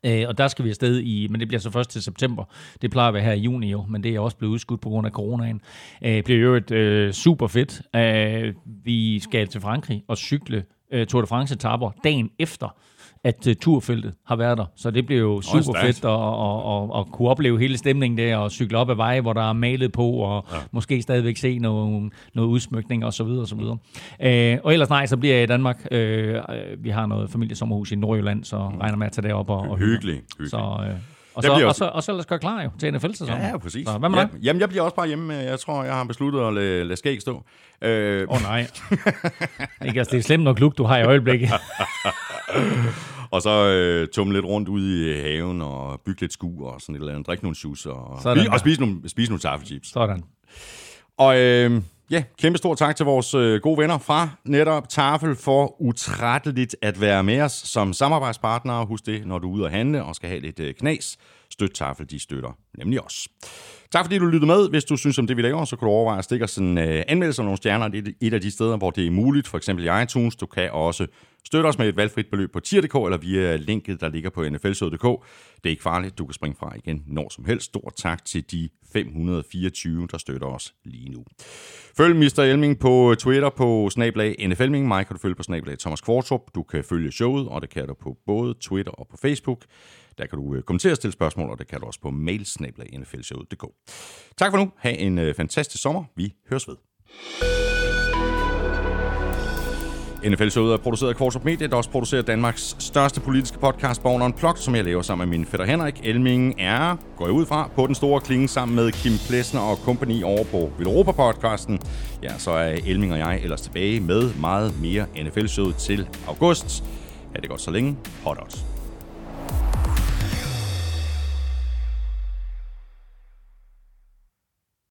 Og der skal vi afsted men det bliver så først til september. Det plejer at være her i juni jo, men det er også blevet udskudt på grund af coronaen. Det bliver jo et super fedt. Vi skal til Frankrig og cykle Tour de France-etaper dagen efter, at turfeltet har været der. Så det bliver jo super fedt at kunne opleve hele stemningen der, og cykle op ad veje, hvor der er malet på, og måske stadigvæk se noget udsmykning og så videre, og så videre. Og ellers nej, så bliver jeg i Danmark. Vi har noget familiesommerhus i Nordjylland, så regner med at tage derop og Hyggeligt. Så, og så ellers gøre klar jo til NFL-sæsonen. Ja, præcis. Så, hvad med dig? Jamen, jeg bliver også bare hjemme. Jeg tror, jeg har besluttet at lade skæg stå. Nej. Ikke, altså, det er slemt nok look, du har i øjeblikket. Og så tumle lidt rundt ude i haven og bygge lidt skur og sådan et eller andet. Drikke nogle shoes og spise nogle taffelchips. Sådan. Og kæmpe stor tak til vores gode venner fra netop Tafel for utrætteligt at være med os som samarbejdspartnere. Husk det, når du er ude at handle og skal have lidt knas. Støt Tafel, de støtter nemlig os. Tak fordi du lyttede med. Hvis du synes om det, vi laver, så kan du overveje at stikke os en anmeldelse og nogle stjerner. Det er et af de steder, hvor det er muligt. For eksempel i iTunes. Du kan også støtte os med et valgfrit beløb på tier.dk eller via linket, der ligger på nflshowet.dk. Det er ikke farligt. Du kan springe fra igen når som helst. Stort tak til de 524, der støtter os lige nu. Følg Mr. Elming på Twitter på @NFLming. Mig kan du følge på @Thomas Kvartrup. Du kan følge showet, og det kan du på både Twitter og på Facebook. Der kan du kommentere og stille spørgsmål, og det kan du også på mail @nflshowet.dk. Tak for nu. Ha' en fantastisk sommer. Vi høres ved. NFL-showet er produceret af Kvartrup Media, der også producerer Danmarks største politiske podcast, Born Unplugged, som jeg laver sammen med min fætter Henrik. Elming går jeg ud fra, på den store klinge sammen med Kim Plesner og company over på Villeuropa-podcasten. Ja, så er Elming og jeg ellers tilbage med meget mere NFL-showet til august. Ha' det godt så længe. Hot odds.